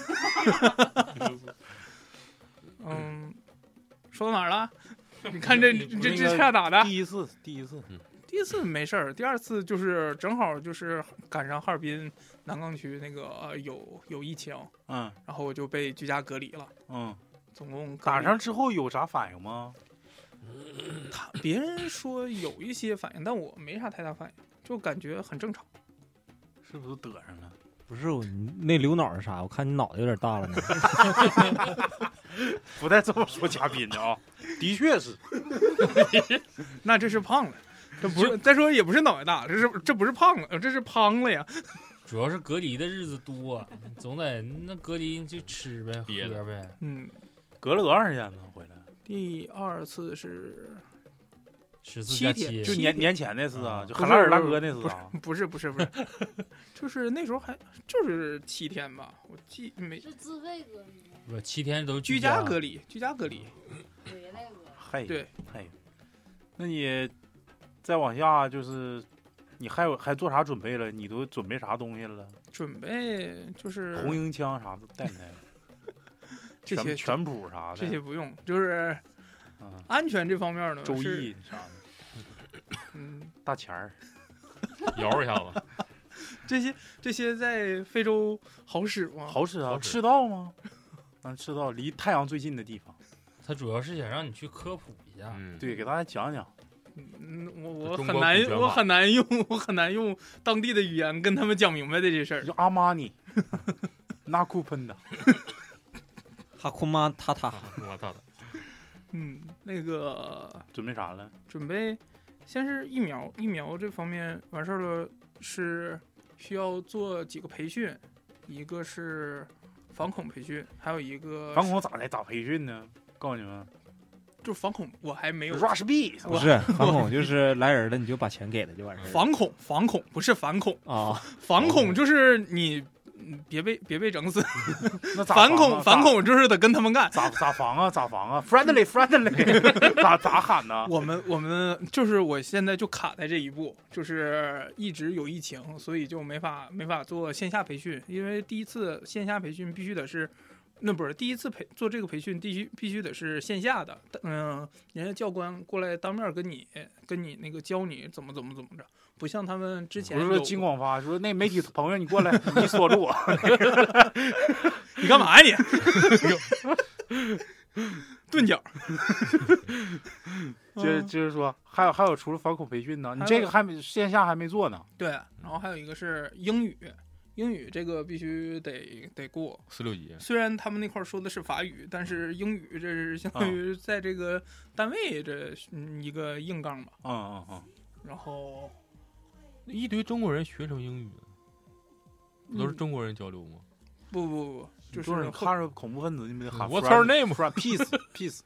嗯，说到哪儿了？你看这这这差哪的？ 第一次，第一次， 第一次没事儿，第二次就是正好就是赶上哈尔滨南岗区那个、呃、有有疫情， 嗯， 然后我就被居家隔离了， 嗯， 总共打上之后有啥反应吗？ 他别人说有一些反应，但我没啥太大反应，就感觉很正常。 是不是都得上了？ 不是，你那流脑是啥？我看你脑袋有点大了呢。 不带这么说嘉宾的啊，的确是。 那这是胖了，这不是再说也不是脑袋大，这是这不是胖了，这是胖了呀。 主要是隔离的日子多，总得那隔离就吃呗，喝呗。 嗯， 隔了多长时间呢？回来第二次是十四加七， 就年年前那次啊，就韩拉尔大哥那次啊。 不是不是不是，就是那时候还就是七天吧，我记没是自费隔离吗？ 不，七天都居家隔离，居家隔离。 回来了。 嗨， 对， 嗨，那你再往下就是，你还有还做啥准备了？你都准备啥东西了？ 准备就是红缨枪啥的带没带？ 这些全谱啥的， 这些不用，就是安全这方面呢， 周易啥的， 嗯， 大钱儿， 摇一下子。 这些这些在非洲好使吗？ 好使啊，赤道吗？嗯，赤道离太阳最近的地方。 他主要是想让你去科普一下， 嗯， 对，给大家讲讲。 嗯，我我很难，我很难用，我很难用当地的语言跟他们讲明白的这事儿。 就阿玛尼，纳库喷的。 哈库玛塔塔， 我操的， 嗯，那个准备啥了？ 准备先是疫苗，疫苗这方面完事儿了，是需要做几个培训，一个是反恐培训，还有一个反恐咋来咋培训呢？告诉你们， 就反恐我还没有 rush B， 不是反恐，就是来人了你就把钱给他就完事儿。 反恐，反恐不是反恐啊， 反恐就是你。别被别被整死， 那咋反恐反恐就是得跟他们干， 咋咋防啊咋防啊 ？friendly friendly， 咋咋喊呢？ 我们我们就是我现在就卡在这一步，就是一直有疫情，所以就没法没法做线下培训，因为第一次线下培训必须得是，那不是第一次培做这个培训必须必须得是线下的，嗯、呃，人家教官过来当面跟你跟你那个教你怎么怎么怎么着。不像他们之前， 不是说金广发说那媒体朋友你过来，你锁住我， 你干嘛呀你？钝角。 就是就是说，还有还有除了反恐培训呢，你这个还没线下还没做呢。 对，然后还有一个是英语，英语这个必须得得过四六级。 虽然他们那块说的是法语，但是英语这是相当于在这个单位这一个硬杠吧。 嗯嗯嗯。 然后。 一堆中国人学什么英语呢？都是中国人交流吗？ 嗯、不不不，就是看着恐怖分子，你们喊 What's her name? Peace, peace.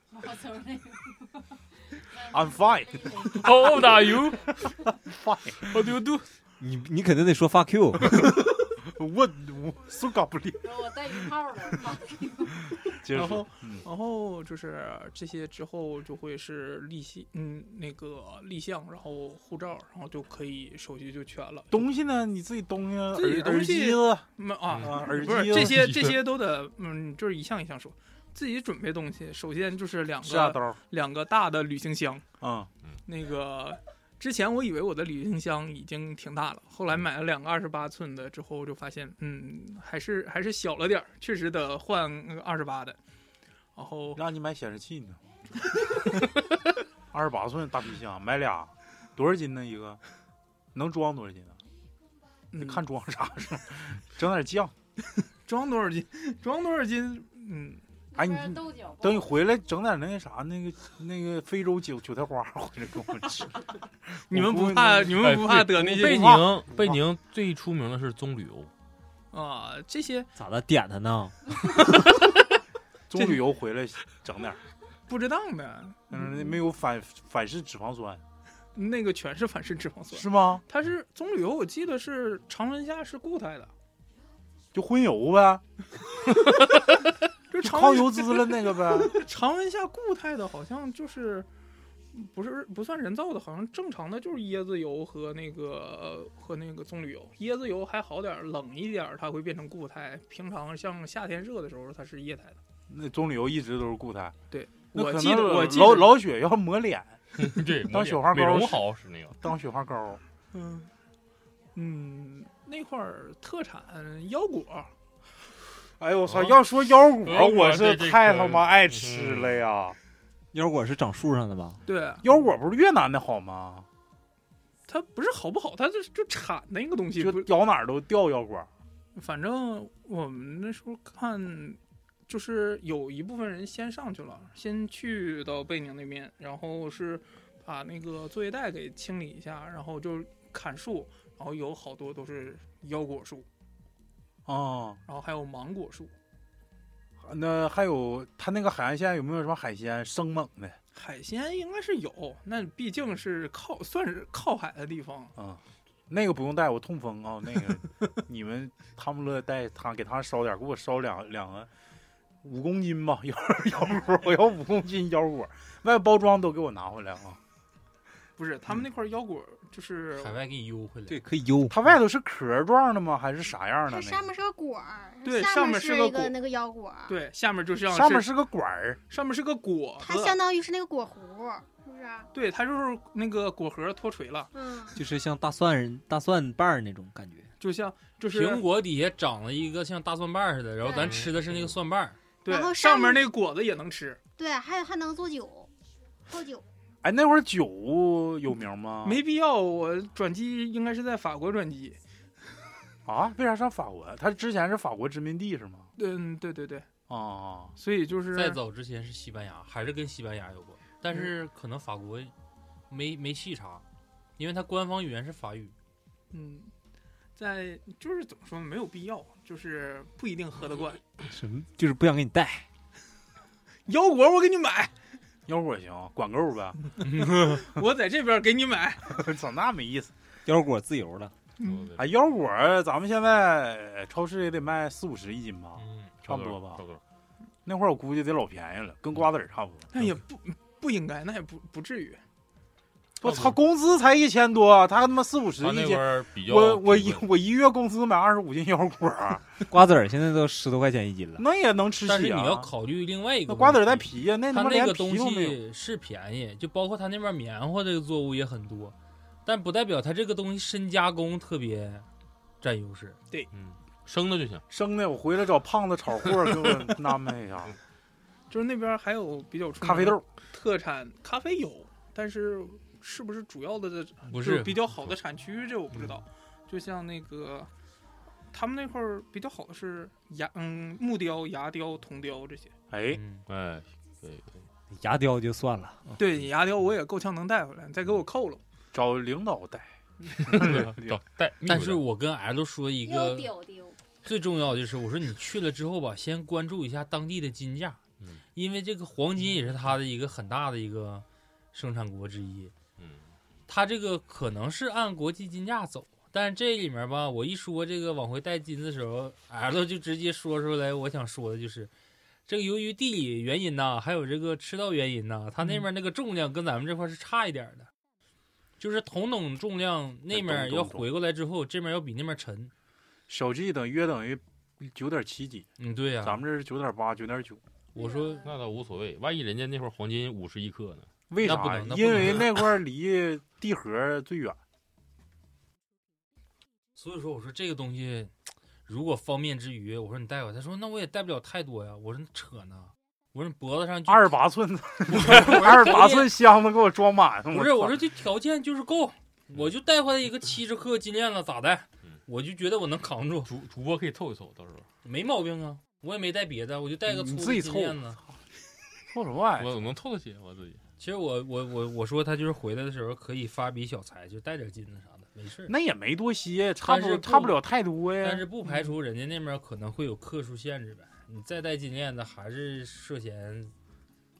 I'm fine. How old are you? Fine. What do you do? 你你肯定得说 fuck you。 我我苏搞不利。 我带一炮了。 然后，然后就是这些之后就会是立项，嗯，那个立项，然后护照，然后就可以手续就全了。 东西呢？你自己东西， 自己东西啊， 啊， 耳机不是这些这些都得，嗯，就是一项一项说。自己准备东西，首先就是两个两个大的旅行箱， 嗯， 那个。之前我以为我的旅行箱已经挺大了，后来买了两个二十八寸的之后，就发现，嗯，还是还是小了点儿，确实得换那个二十八的。然后让你买显示器呢，二十八寸大皮箱买俩，多少斤呢？一个能装多少斤啊？ 嗯、 看装啥是吧？整点酱， 装多少斤？装多少斤？嗯。 哎，你等你回来整点那个啥，那个那个非洲韭韭菜花回来给我们吃。 你们不怕？你们不怕得那些？ 贝宁，贝宁最出名的是棕榈油啊，这些咋的？点它呢？ 棕榈油回来整点， 不值当的， 嗯，没有反反式脂肪酸， 那个全是反式脂肪酸， 是吗？ 它是棕榈油，我记得是常温下是固态的， 就荤油呗， 就就靠油脂了那个呗。 常温下固态的，好像就是不是不算人造的，好像正常的就是椰子油和那个和那个棕榈油。椰子油还好点，冷一点它会变成固态。平常像夏天热的时候，它是液态的。 那棕榈油一直都是固态。 对， 那可我记得能我记得老老雪要抹脸， 对， 当雪花膏美容好使那个， 当雪花膏。 嗯嗯，那块儿特产腰果。 哎呦我操！ 哦要说腰果， 腰果我是这这太个他妈爱吃了呀！ 腰果是长树上的吧？ 对， 腰果不是越南的好吗？ 它不是好不好，它就就产那个东西， 就不咬哪儿都掉腰果。 反正我们那时候看，就是有一部分人先上去了，先去到贝宁那边，然后是把那个作业带给清理一下，然后就砍树，然后有好多都是腰果树， 哦， 然后还有芒果树。 那还有他那个海岸线有没有什么海鲜生猛的？ 海鲜应该是有，那毕竟是靠算是靠海的地方。 啊、嗯，那个不用带，我痛风啊、哦。那个你们他们乐带他给他烧点，给我烧两两个五公斤吧腰腰果，我要五公斤腰果，外包装都给我拿回来啊。 不是，他们那块腰果就是海外给你邮回来， 对，可以邮。 它外头是壳状的吗？还是啥样的？ 它上面是个果儿， 对， 下面是个果， 那个腰果， 对，下面就像上面是个管儿， 上面是个果子， 它相当于是那个果核，是不是？ 对，它就是那个果核脱垂了， 嗯， 就是像大蒜大蒜瓣儿那种感觉， 就像就是苹果底下长了一个像大蒜瓣似的，然后咱吃的是那个蒜瓣， 对， 然后上面那个果子也能吃， 对，还还能做酒，泡酒。 哎，那会儿酒有名吗？ 没必要，我转机应该是在法国转机。 啊？为啥上法国？他之前是法国殖民地是吗？ 嗯，对对对。 啊， 所以就是再早之前是西班牙，还是跟西班牙有关，但是可能法国没没细查，因为它官方语言是法语。 嗯，在就是怎么说没有必要，就是不一定喝得惯。 什么？就是不想给你带腰果，我给你买。 腰果行，管够呗。 我在这边给你买， 操，那没意思。 腰果自由了。 嗯， 啊，腰果咱们现在超市也得卖四五十一斤吧， 嗯， 差不多吧。 差不多。 那会儿我估计得老便宜了，跟瓜子儿差不多。 那也不不应该，那也不不至于。 我操，工资才一千多，他他妈四五十一斤。我我一我一月工资买二十五斤腰果， 瓜子儿现在都十多块钱一斤了， 那也能吃起、啊。 但是你要考虑另外一个， 那瓜子儿带皮呀，那它那个东西是便宜，就包括它那边棉花这个作物也很多，但不代表它这个东西深加工特别占优势。 对， 嗯，生的就行， 生的我回来找胖子炒货给我安排一下。 就是那边还有比较出名咖啡豆特产，咖啡有，但是。是不是主要的不是比较好的产区？这我不知道。就像那个，他们那块儿比较好的是牙，嗯，木雕、牙雕、铜雕这些。 哎， 嗯、 哎，对对， 牙雕就算了。 对，牙雕我也够呛能带回来，再给我扣了。 找领导带， 找带。 但是我跟 L 说一个丢丢最重要的就是，我说你去了之后吧，先关注一下当地的金价， 嗯， 因为这个黄金也是它的一个很大的一个生产国之一。它这个可能是按国际金价走，但是这里面吧，我一说这个往回带金的时候 ，L 就直接说出来，我想说的就是，这个由于地理原因呐，还有这个赤道原因呐，它那边那个重量跟咱们这块是差一点的，就是同等重量那面要回过来之后，这面要比那面沉。 小 G 等约等于九点七几， 嗯，对呀、啊， 咱们这是九点八、九点九。 我说那倒无所谓，万一人家那会儿黄金五十一克呢？ 为啥？因为那块离地核最远。 所以说，我说这个东西，如果方便之余，我说你带我，他说那我也带不了太多呀。我说扯呢，我说你脖子上二十八寸，二十八寸箱子给我装满。 不是，我说这条件就是够，我就带回来一个七十克金链子，咋的？我就觉得我能扛住。 主主播可以凑一凑，到时候没毛病啊。我也没带别的，我就带个粗的金链子。 凑什么玩意儿？我能凑得起我自己。 其实我我我我说他就是回来的时候可以发笔小财，就带点金子啥的，没事。 那也没多些，差不差不了太多呀。 但是不排除人家那边可能会有克数限制呗。你再带金链子，还是涉嫌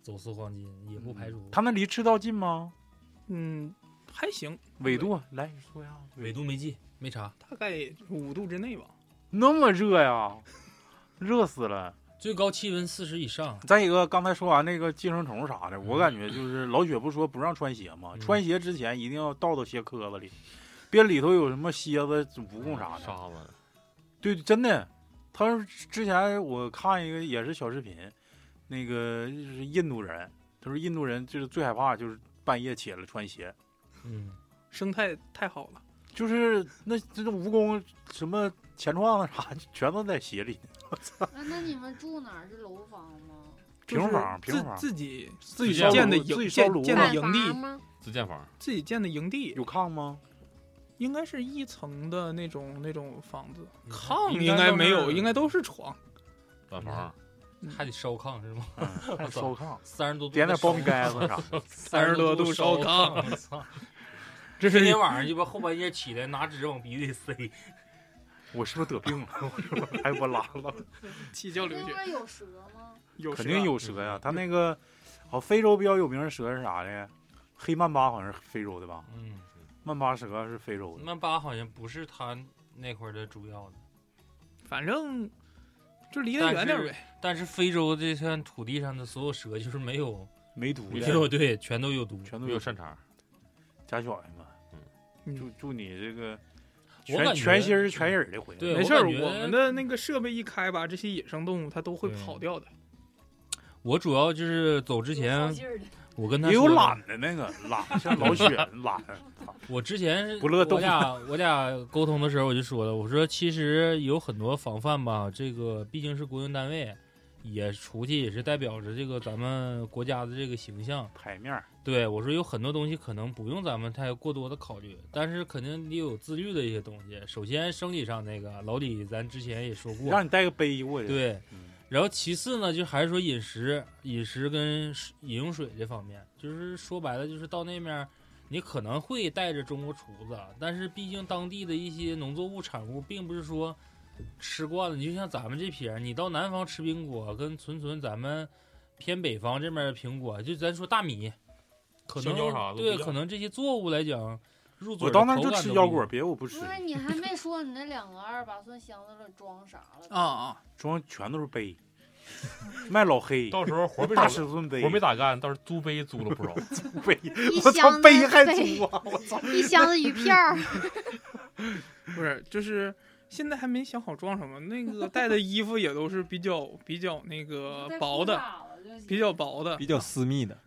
走私黄金，也不排除。 他那离赤道近吗？ 嗯，还行。 纬度来说呀， 纬度没记，没查， 大概五度之内吧。 那么热呀，热死了。 最高气温四十以上。 再一个，刚才说完那个寄生虫啥的，我感觉就是老雪不说不让穿鞋吗？ 嗯、 穿鞋之前一定要倒到鞋壳子里，别里头有什么蝎子、蜈蚣啥的。 沙子。 对，真的。他说之前我看一个也是小视频，那个就是印度人，他说印度人就是最害怕就是半夜起来穿鞋。 嗯， 生态太好了。 就是那这种蜈蚣什么前创的啥，全都在鞋里。我操！ 那那你们住哪儿？是楼房吗？ 平房，平房， 自己自己建的营，自己建烧炉建的营地吗？ 自建房， 自己建的营地有炕吗？ 应该是一层的那种那种房子， 嗯、 炕应该没有，应该都是床。 暖房、 嗯、还得烧炕是吗？ 嗯、烧炕， 三十多度， 点点苞米盖子啥， 三十多度烧炕。 我操！这是天晚上就把后半夜起来拿纸往鼻子里塞。 我是不是得病了？我是不是还我拉了？ 气叫流血。 那边有蛇吗？ 有肯定有蛇呀。他那个，好，非洲比较有名的蛇是啥的？黑曼巴好像是非洲的吧？ 嗯， 曼巴蛇是非洲的。 曼巴好像不是他那块的主要的， 反正就离得远点呗。 但是非洲这片土地上的所有蛇就是没有没毒的， 没有对，全都有毒， 全都有善茬。 家小人嘛， 嗯， 祝祝你这个。 全全心儿全影的回来， 对， 没事儿。 我, 我们的那个设备一开吧，这些野生动物它都会跑掉的。 我主要就是走之前，我跟他也有懒的那个懒，像老雪懒。 我之前不乐我俩我俩沟通的时候我就说了，我说其实有很多防范吧，这个毕竟是国营单位，也出去也是代表着这个咱们国家的这个形象牌面。 对，我说有很多东西可能不用咱们太过多的考虑，但是肯定得有自律的一些东西。首先生理上那个老李咱之前也说过， 让你带个杯过去。 对， 嗯、 然后其次呢，就还是说饮食、饮食跟饮用水这方面，就是说白了，就是到那面你可能会带着中国厨子，但是毕竟当地的一些农作物产物，并不是说吃惯了。你就像咱们这批人，你到南方吃苹果，跟纯纯咱们偏北方这边的苹果，就咱说大米。可能对，可能这些作物来讲，入嘴我到那就吃腰果，别我不吃。 不是，你还没说你那两个二八寸箱子里装啥了？ 啊啊， 装全都是杯，卖老黑。 到时候活没大尺寸杯， 活没打干，到时候租杯租了不少。 租杯， 我操，杯还租啊！我操， 一箱子鱼片儿。 不是，就是现在还没想好装什么。那个带的衣服也都是比较比较那个薄的。比较薄的， 比较私密的，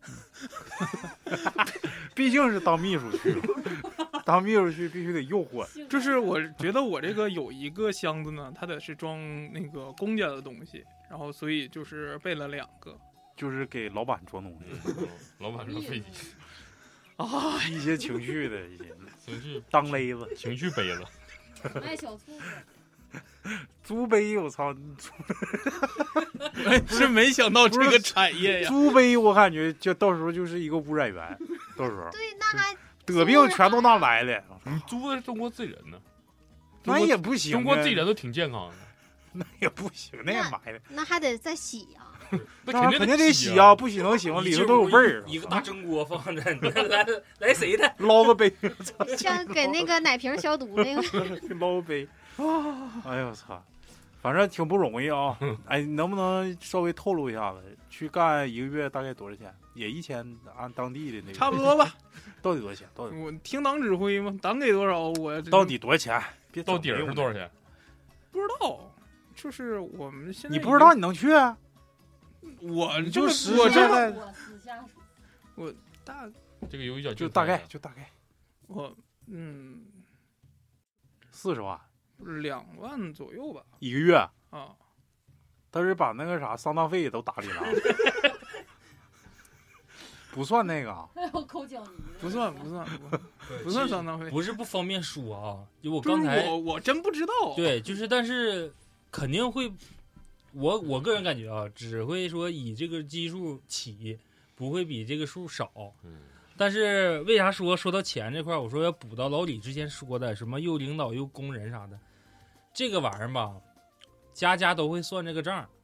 毕竟是当秘书去了，当秘书去必须得诱惑。 就是我觉得我这个有一个箱子呢，它得是装那个公家的东西，然后所以就是备了两个， 就是给老板装东西， 老板装飞机啊， 一些情绪的一些情绪当勒子， 情绪杯子， 卖小兔子。 租杯，我操！ 我是没想到这个产业呀。 租杯，我感觉就到时候就是一个污染源，到时候。 对，那还得病全都那来的。 你租的是中国自己人呢， 那也不行。 中国自己人都挺健康的， 那也不行，那也埋的。 那还得再洗呀。 那肯定得洗啊，不洗能行？里头都有味儿。 一个大蒸锅放着，来来谁的？ 捞个杯， 像给那个奶瓶消毒那个。 捞个杯。哎呦我操！反正挺不容易啊！哎，能不能稍微透露一下子？去干一个月大概多少钱？也一千，按当地的那个。 差不多吧。 到底多少钱？到底我听党指挥吗？党给多少我。 到底多少钱？别到底是多少钱？ 不知道，就是我们现在。 你不知道你能去？ 我就我这我私下我大这个有一点就大概就大概我嗯四十万。 两万左右吧， 一个月啊， 他是把那个啥丧葬费都打理了，不算那个， 还有抠脚泥， 不算不算不不算丧葬费， 不是不方便说啊，就我就是刚才我我真不知道， 对，就是但是肯定会，我我个人感觉啊，只会说以这个基数起，不会比这个数少， 嗯。 但是为啥说说到钱这块，我说要补到老李之前说的什么又领导又工人啥的，这个玩意儿吧，家家都会算这个账。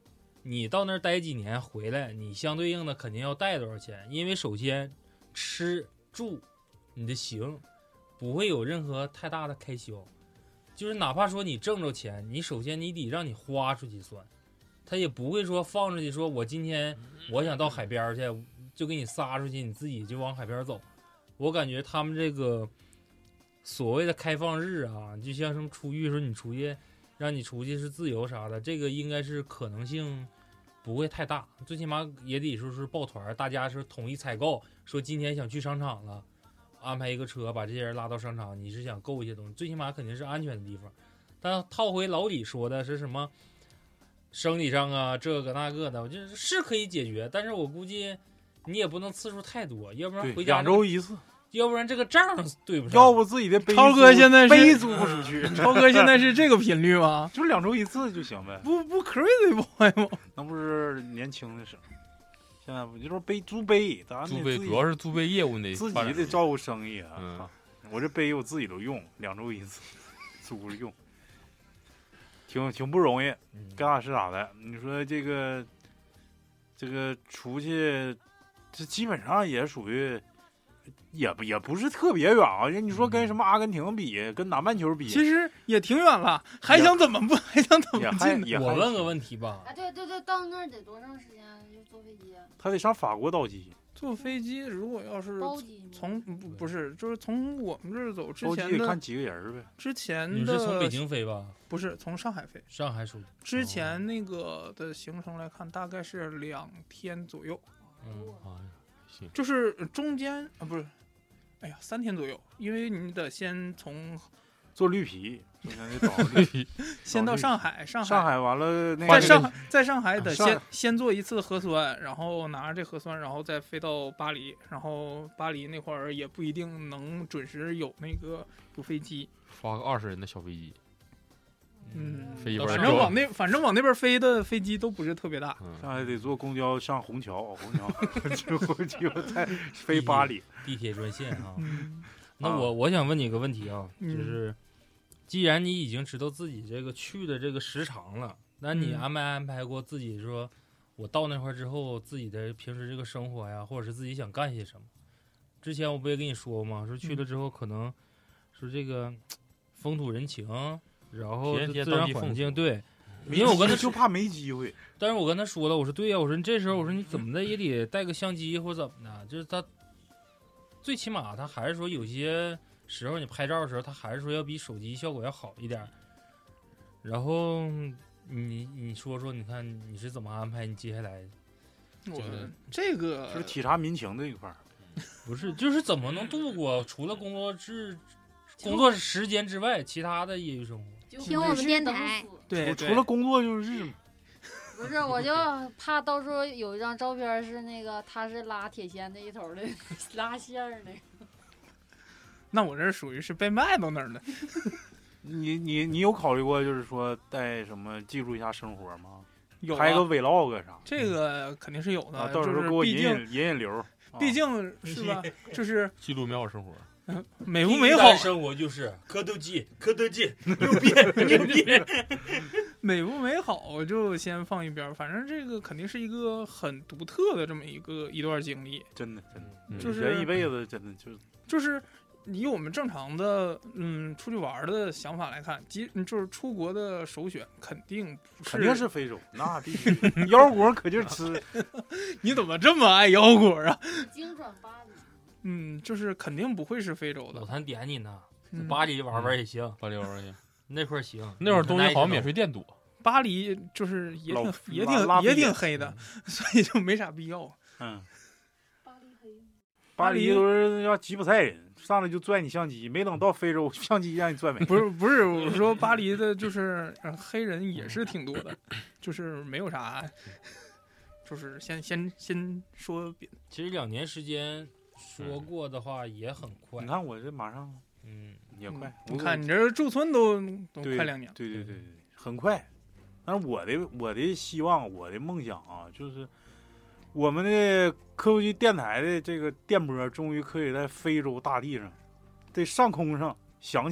你到那儿待几年回来，你相对应的肯定要带多少钱？因为首先吃住你的行不会有任何太大的开销，就是哪怕说你挣着钱，你首先你得让你花出去算，他也不会说放出去说我今天我想到海边去就给你撒出去，你自己就往海边走。我感觉他们这个所谓的开放日啊，就像什么出狱说你出去让你出去是自由啥的，这个应该是可能性不会太大，最起码也得说是抱团，大家是统一采购，说今天想去商场了，安排一个车把这些人拉到商场，你是想购一些东西，最起码肯定是安全的地方。但套回老李说的是什么生理上啊这个那个的，我就是是可以解决，但是我估计你也不能次数太多，要不然回家两周一次， 要不然这个账对不上。 要不自己的杯超哥现在是杯租不出去， 超哥现在是这个频率吗？ 就两周一次就行呗， 不不 crazy boy 吗？ 那不是年轻的时候，现在不就是杯租杯，咱租杯主要是租杯业务得自己得照顾生意啊。 嗯、 我这杯我自己都用，两周一次，租着用，挺挺不容易，干啥是啥的。你说这个这个出去，这基本上也属于。也不也不是特别远啊！你说跟什么阿根廷比，跟南半球比， 其实也挺远了，还想怎么不还想怎么进呢？ 我问个问题吧， 啊，对对对，到那儿得多长时间？就坐飞机？ 他得上法国倒机。 坐飞机如果要是包机从不不是，就是从我们这儿走之前的， 包机得看几个人呗。 之前的你是从北京飞吧？ 不是，从上海飞。 上海属之前那个的行程来看，大概是两天左右。 嗯啊，行， 就是中间啊，不是。哎呀，三天左右，因为你得先从做绿皮， 先到上海，上海上海完了，那在上海在上海得先、 啊、 先做一次核酸，然后拿着这核酸，然后再飞到巴黎，然后巴黎那会儿也不一定能准时有那个有飞机， 发个二十人的小飞机。 嗯， 飞一反正往那反正往那边飞的飞机都不是特别大， 嗯、上海得坐公交上虹桥，虹桥就就再飞巴黎地铁专线啊。 嗯、 那我我想问你个问题啊， 嗯、 就是既然你已经知道自己这个去的这个时长了，那你安排安排过自己说，我到那块之后自己的平时这个生活呀，或者是自己想干些什么？之前我不也跟你说吗？说去了之后可能说这个风土人情。然后自然环境对，因为我跟他就怕没机会， 但是我跟他说了，我说对呀、啊，我说你这时候我说你怎么的也得带个相机或者怎么的，就是他最起码他还是说有些时候你拍照的时候，他还是说要比手机效果要好一点。然后你你说说，你看你是怎么安排你接下来？ 我这个就是体察民情这一块， 不是就是怎么能度过除了工作制工作时间之外，其他的业余生活。 听我们电台， 对， 除了工作就是日嘛。 不是，我就怕到时候有一张照片是那个他是拉铁锨那一头的拉线儿的。 那我这属于是被卖到那儿的。 你你你有考虑过就是说带什么记录一下生活吗？ 有、啊、 拍个 vlog 啥？ 这个肯定是有的， 啊、到时候给我引引引引流。 毕竟是吧，就是记录美好生活。 美不美好生活就是磕头机，磕头机，牛逼牛逼。 美不美好就先放一边，反正这个肯定是一个很独特的这么一个一段经历， 真的真的， 嗯、 就是人一辈子真的就就是以我们正常的嗯出去玩的想法来看，即就是出国的首选肯定不是肯定是非洲，那必须腰果可劲吃。 你怎么这么爱腰果啊？ 精转巴黎。 嗯，就是肯定不会是非洲的。 老谭点你呢， 嗯、 巴黎玩玩也行， 巴黎玩玩也那块行， 那会儿东西好像免税店多。 巴黎就是也挺也挺也挺黑的，所以就没啥必要。 嗯， 巴黎黑， 巴黎都是要吉普赛人上来就拽你相机，没等到非洲，相机让你拽没。 不是不是，我说巴黎的就是黑人也是挺多的，就是没有啥，就是先先先说别的。 其实两年时间说过的话也很快。 你看我这马上， 嗯， 也快。 你看你这驻村都都快两年， 对对对对，很快。但是我的我的希望，我的梦想啊，就是我们的科技电台的这个电波终于可以在非洲大地上，在上空上响起。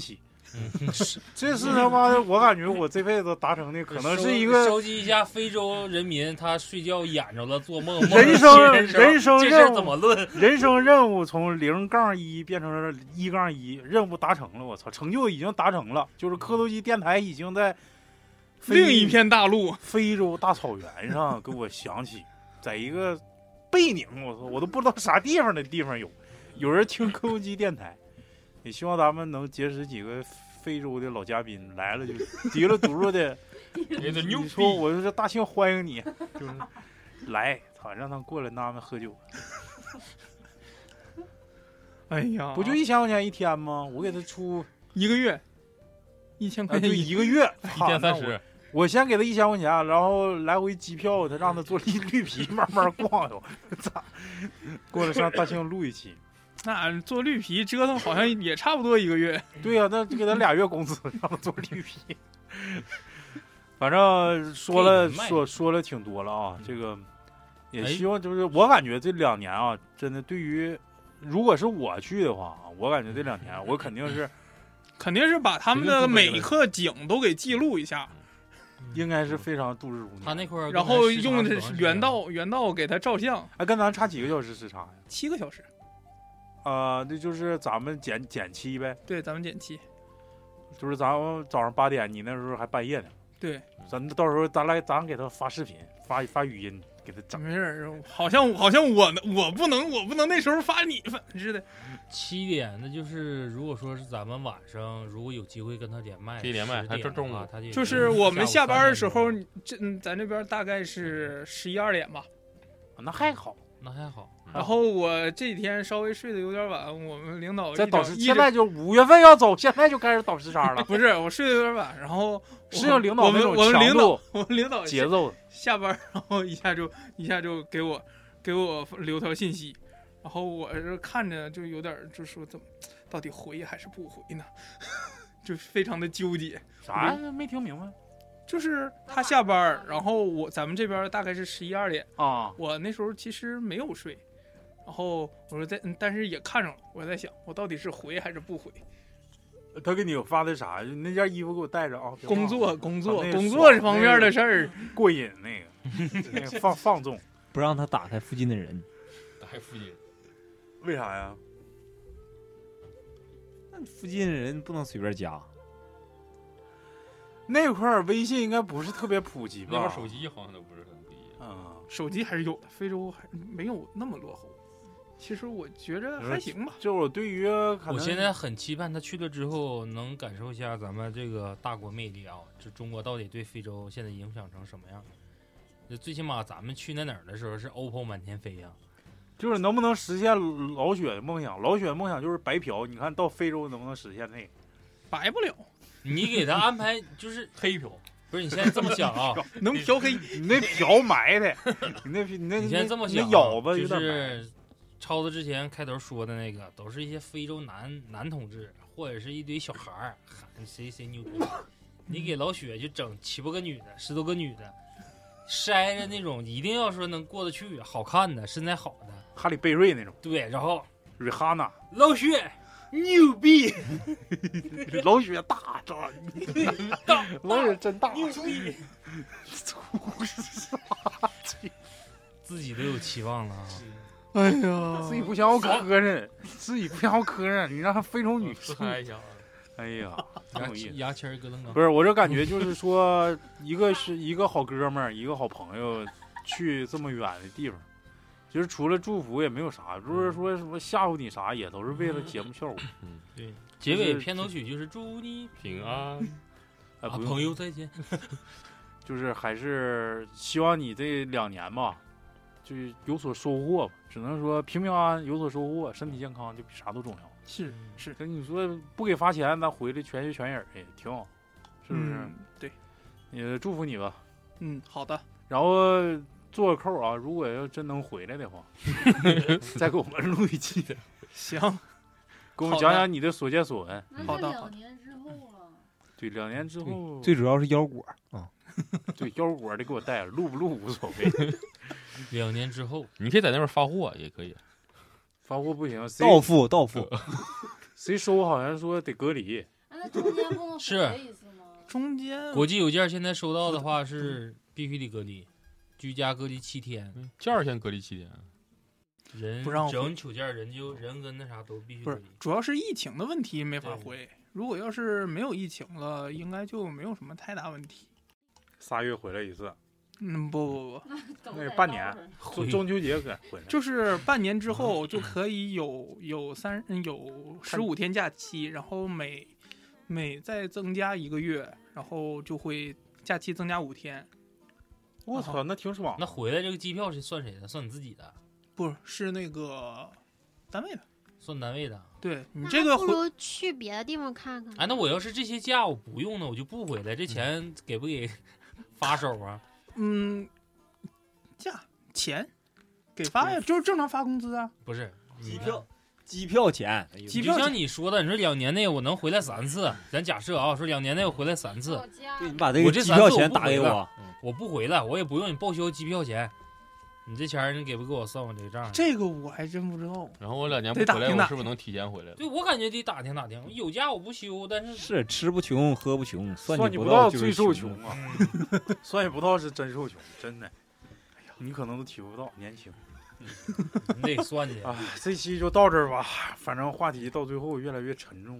嗯，是这是他妈的，我感觉我这辈子达成的可能是一个收集一下非洲人民他睡觉眼着了做梦， 人生人生这事任务怎么论？ 人生任务从零杠一变成了一杠一，任务达成了，我操，成就已经达成了，就是磕头机电台已经在另一片大陆非洲大草原上给我响起，在一个贝宁，我操，我都不知道啥地方的地方有有人听磕头机电台，也希望咱们能结识几个非洲的老嘉宾，来了就提了犊子的，你说我就说大庆欢迎你，就是来，操，让他们过来拿他们喝酒。 哎呀， 不就一千块钱一天吗？我给他出一个月，一千块啊，对， 钱一一个月， 一天三十。 我先给他一千块钱，然后来回机票，他让他坐绿绿皮慢慢逛悠，操，过来上大庆录一期。 那做绿皮折腾好像也差不多一个月。 对呀、啊，那就给他俩月工资，让他做绿皮。反正说了说说了挺多了啊，这个也希望就是我感觉这两年啊，真的对于如果是我去的话，我感觉这两年我肯定是肯定是把他们的每一刻景都给记录一下。 应该是非常度日如年。 他那块儿， 然后用的是原道，原道给他照相。 哎，跟咱差几个小时时差呀？ 七个小时。 啊、呃，那就是咱们减减期呗。 对，咱们减期。 就是咱们早上八点，你那时候还半夜呢。 对， 咱到时候咱来，咱给他发视频，发发语音，给他整。 没事，好像好像我我不能，我不能那时候发你似的。 七点，那就是如果说是咱们晚上如果有机会跟他连麦， 可以连麦，他这中午他就就是我们下班的时候，这咱这边大概是十一二点吧。 那还好， 那还好。 然后我这几天稍微睡得有点晚，我们领导在倒时，现在就五月份要走，现在就开始倒时差了。 不是，我睡得有点晚，然后适应领导那种我们领导，我们领导节奏， 下班然后一下就一下就给我给我留条信息，然后我是看着就有点就说怎么到底回还是不回呢？就非常的纠结。 啥没听明白？ 就是他下班，然后我咱们这边大概是十一二点啊， 我那时候其实没有睡。然后我说在，但是也看上了。我在想，我到底是回还是不回？ 他给你发的啥？那件衣服给我带着啊！ 工作，工作，工作这方面的事儿， 过瘾那个，那个放放纵， 不让他打开附近的人， 打开附近人， 为啥呀？ 那附近的人不能随便加。 那块儿微信应该不是特别普及吧？ 那块手机好像都不是很普及。 嗯， 手机还是有的，非洲还没有那么落后。其实我觉着还行吧。 就我对于， 我现在很期盼他去了之后能感受一下咱们这个大国魅力啊！这中国到底对非洲现在影响成什么样？就最起码咱们去那哪儿的时候是 O P P O 满天飞呀、啊。 就是能不能实现老雪的梦想？老雪的梦想就是白嫖，你看到非洲能不能实现那个？ 白不了。 你给他安排就是黑嫖。 不是你现在这么想啊？ 能嫖黑？ 你那嫖埋的，你那你那你现在这么想、啊， 你咬子有点就是超子之前开头说的那个，都是一些非洲男男同志，或者是一堆小孩儿喊谁谁牛逼。你给老雪就整七八个女的，十多个女的，筛着那种一定要说能过得去、好看的、身材好的， 哈里贝瑞那种。 对，然后瑞哈娜， 老雪牛逼， 老雪大大，老雪真大， 牛逼，自己都有期望了啊。 哎呀， 自己不想要磕碜，自己不想要磕碜，你让非洲女猜一下， 哎呀， 牙牙签咯噔咯。 不是，我这感觉就是说，一个是一个好哥们儿，一个好朋友，去这么远的地方，其实除了祝福也没有啥，不是说什么吓唬你啥，也都是为了节目效果。 嗯，对，结尾片头曲就是祝你平安， 啊， 朋友再见。 就是还是希望你这两年吧。就是有所收获吧，只能说平平安安，有所收获，身体健康就比啥都重要。 是是， 跟你说不给发钱，咱回来全心全意也挺好，是不是？ 嗯、对， 也祝福你吧。 嗯，好的。 然后做个扣啊，如果要真能回来的话，再给我们录一期的。 行， 给我们讲讲你的所见所闻。 好的，两年之后了。 对，两年之后， 最主要是腰果啊。 对，腰果得给我带了，录不录无所谓。 两年之后， 你可以在那边发货也可以。 发货不行， 到付到付， 谁收好像说得隔离。 那中间不能是回一次吗？ 中间国际邮件现在收到的话是必须得隔离，居家隔离七天， 件儿先隔离七天。 人不让回整取件人就人跟那啥都必须不是隔离。， 主要是疫情的问题没法对回。如果要是没有疫情了，应该就没有什么太大问题。 仨月回来一次， 嗯，不不不， 那是半年，就中秋节可回来。 就是半年之后就可以有有三有十五天假期，然后每每再增加一个月，然后就会假期增加五天。 我操，那挺爽。 那回来这个机票是算谁的？算你自己的？ 不是那个单位的， 算单位的？ 对你那这个回还不如去别的地方看看。 哎，那我要是这些假我不用呢，我就不回来，这钱给不给发手啊？ 嗯假钱给发呀，就是正常发工资啊。 不是机票机票钱， 机票就像你说的，你说两年内我能回来三次，咱假设啊，说两年内我回来三次， 对你把这个我这机票钱三次我不回来打给我， 我不回来，我也不用你报销机票钱，你这钱儿你给不给我算我这个账？ 这个我还真不知道。 然后我两年不回来， 得打听打我是不是能提前回来了？ 对我感觉得打听打听，有假我不休，但是是吃不穷喝不穷，算算你不不到最就是受穷啊， 嗯算你不到是真受穷，真的。你可能都体会不到，年轻。 你得算去。 啊，这期就到这儿吧，反正话题到最后越来越沉重。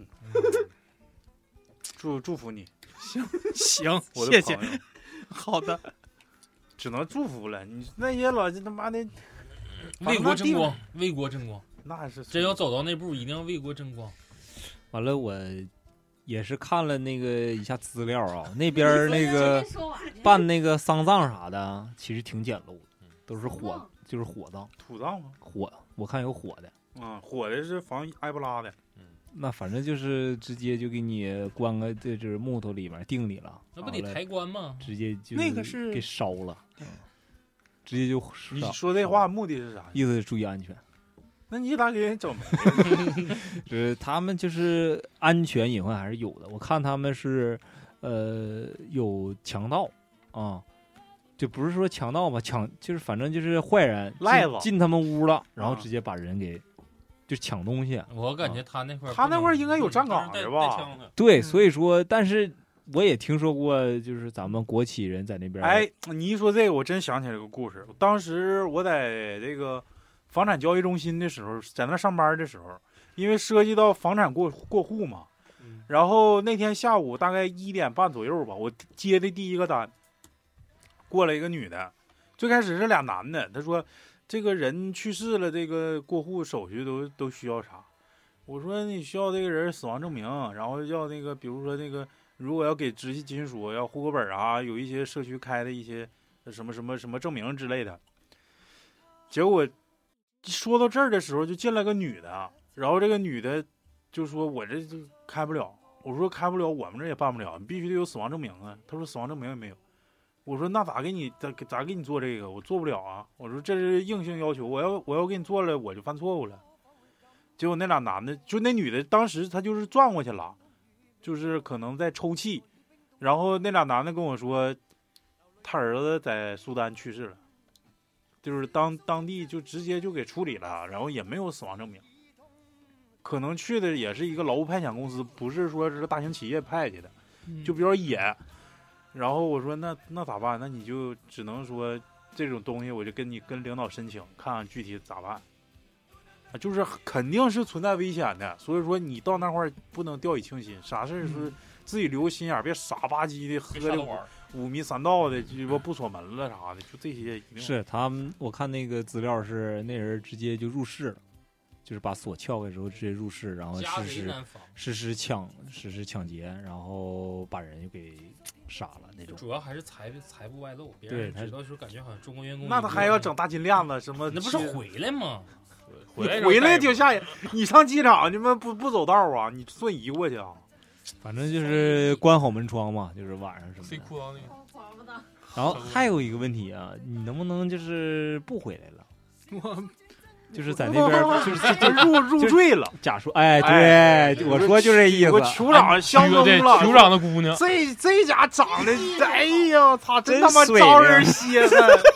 祝祝福你， 行， 我的谢谢朋友。 好的， 只能祝福了。你那些老他妈的为国争光，为国争光， 那是真要走到那步，一定要为国争光。 完了，我也是看了那个一下资料啊，那边儿那个办那个丧葬啥的，其实挺简陋的，都是火，就是火葬， 土葬吗？ 火，我看有火的， 嗯，火的是防埃博拉的。 那反正就是直接就给你关个这就是木头里面定里了， 那不得抬棺吗？ 直接就那个是给烧了，直接就你说这话目的是啥？ 意思是注意安全。 那你咋给人整没？ 就是他们就是安全隐患还是有的。我看他们是，呃，有强盗啊，就不是说强盗吧，抢就是反正就是坏人赖子进进他们屋了，然后啊直接把人给就抢东西。 我感觉他那块儿不能， 他那块儿应该有站岗带的吧带枪的。 对， 嗯所以说，但是我也听说过，就是咱们国企人在那边， 哎，你一说这个，我真想起来个故事。当时我在这个房产交易中心的时候，在那上班的时候，因为涉及到房产过过户嘛， 嗯然后那天下午大概一点半左右吧，我接的第一个单，过来一个女的，最开始是俩男的，他说这个人去世了，这个过户手续都都需要啥？我说你需要这个人死亡证明，然后要那个比如说那个如果要给直系亲属要户口本啊，有一些社区开的一些什么什么什么证明之类的。结果说到这儿的时候，就进来个女的，然后这个女的就说：“我这就开不了。”我说：“开不了，我们这也办不了，你必须得有死亡证明啊。”他说：“死亡证明也没有。”我说：“那咋给你咋咋给你做这个？我做不了啊。”我说：“这是硬性要求，我要我要给你做了，我就犯错误了。”结果那俩男的，就那女的，当时她就是转过去了，就是可能在抽泣，然后那俩男的跟我说，他儿子在苏丹去世了，就是当当地就直接就给处理了，然后也没有死亡证明，可能去的也是一个劳务派遣公司，不是说是大型企业派去的，就比较野。然后我说那那咋办？那你就只能说这种东西，我就跟你跟领导申请，看看具体咋办。啊，就是肯定是存在危险的，所以说你到那块儿不能掉以轻心，啥事儿是自己留个心眼儿，别傻吧唧的喝的五迷三道的，鸡巴不锁门了啥的，就这些一定是他们，我看那个资料是那人直接就入室了，就是把锁撬开之后直接入室，然后家贼实施难防， 实施抢实施抢劫，然后把人就给杀了那种。 主要还是财财不外露，别对他人知道的时候感觉好像中国员工那他还要整大金链子什么？ 那不是回来吗？ 回来回来挺吓人。你上机场你们不不走道啊？你瞬移过去啊？ 反正就是关好门窗嘛，就是晚上什么的。然后还有一个问题啊，你能不能就是不回来了？ 我就是在那边就是就入入赘了。 假说，哎， 哎对，我说就这意思。 我酋长相中了， 酋长的姑娘， 这这家长得，哎呀，操，真他妈真水招人稀罕。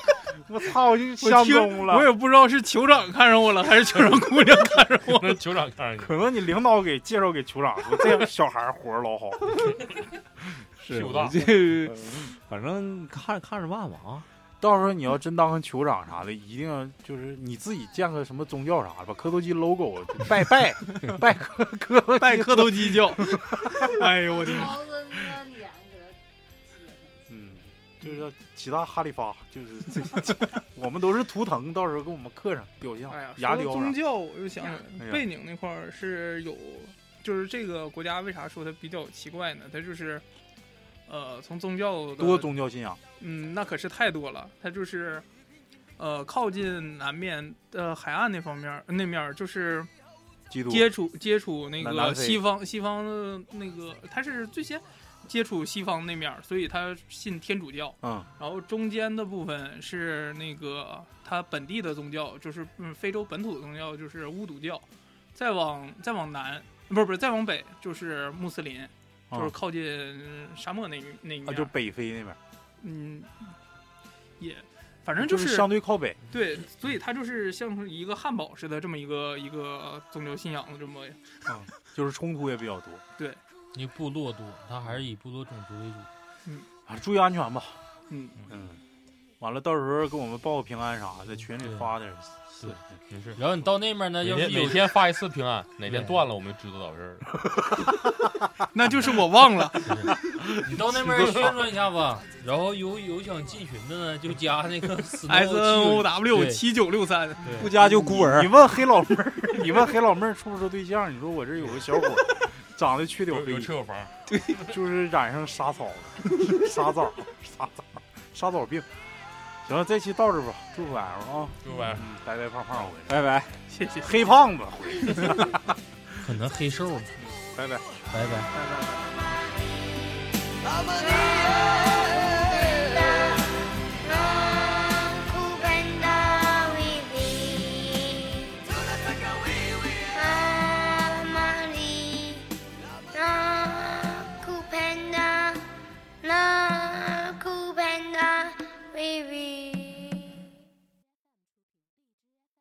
我操，我就相中了。 我也不知道是酋长看上我了，还是酋长姑娘看上我了。 酋长看上你， 可能你领导给介绍给酋长说，这小孩活儿老好。 是大， 这反正看看着办吧啊。 到时候你要真当个酋长啥的，一定要就是你自己建个什么宗教啥的，把磕头机 logo 拜拜拜磕磕头拜磕头机教。哎呦我的妈！ 嗯，就是叫其他哈利发，就是这我们都是图腾，到时候给我们刻上雕像。 哎呀， 牙雕说到宗教，我就想想哎呀贝宁那块儿是有，就是这个国家为啥说它比较奇怪呢？它就是。呃，从宗教的多宗教信仰， 嗯，那可是太多了。它就是，呃，靠近南面的海岸那方面，那面就是接触接触那个西方西方的那个，他是最先接触西方那面，所以他信天主教。 嗯， 然后中间的部分是那个他本地的宗教，就是嗯非洲本土的宗教，就是巫毒教。再往再往南，不是不是再往北就是穆斯林。就是靠近沙漠那那一面， 啊，就北非那边， 嗯，也反正就是相对靠北， 对，所以它就是像是一个汉堡似的这么一个一个宗教信仰的这么， 嗯，就是冲突也比较多， 对， 因为部落多，它还是以部落种族为主， 嗯， 啊，注意安全吧， 嗯嗯，完了到时候给我们报个平安啥的，在群里发点。 是， 没事。 然后你到那边呢，要是每天发一次平安，哪天断了我们就知道咋回事了。那就是我忘了。 你到那边宣传一下吧，然后有有想进群的呢，就加那个 S N O W 七九六三， 不加就孤儿。 你问黑老妹儿，你问黑老妹儿处不处对象？你说我这有个小伙，长得缺点黑， 有车有房， 对，就是染上沙枣了，沙枣，沙枣，沙枣病。行了，这期到这吧，祝福晚上啊， 祝福晚上， 嗯，白白胖胖回来， 拜拜， 谢谢， 黑胖子回来， 可能黑瘦了， 拜拜， 拜拜， 拜拜。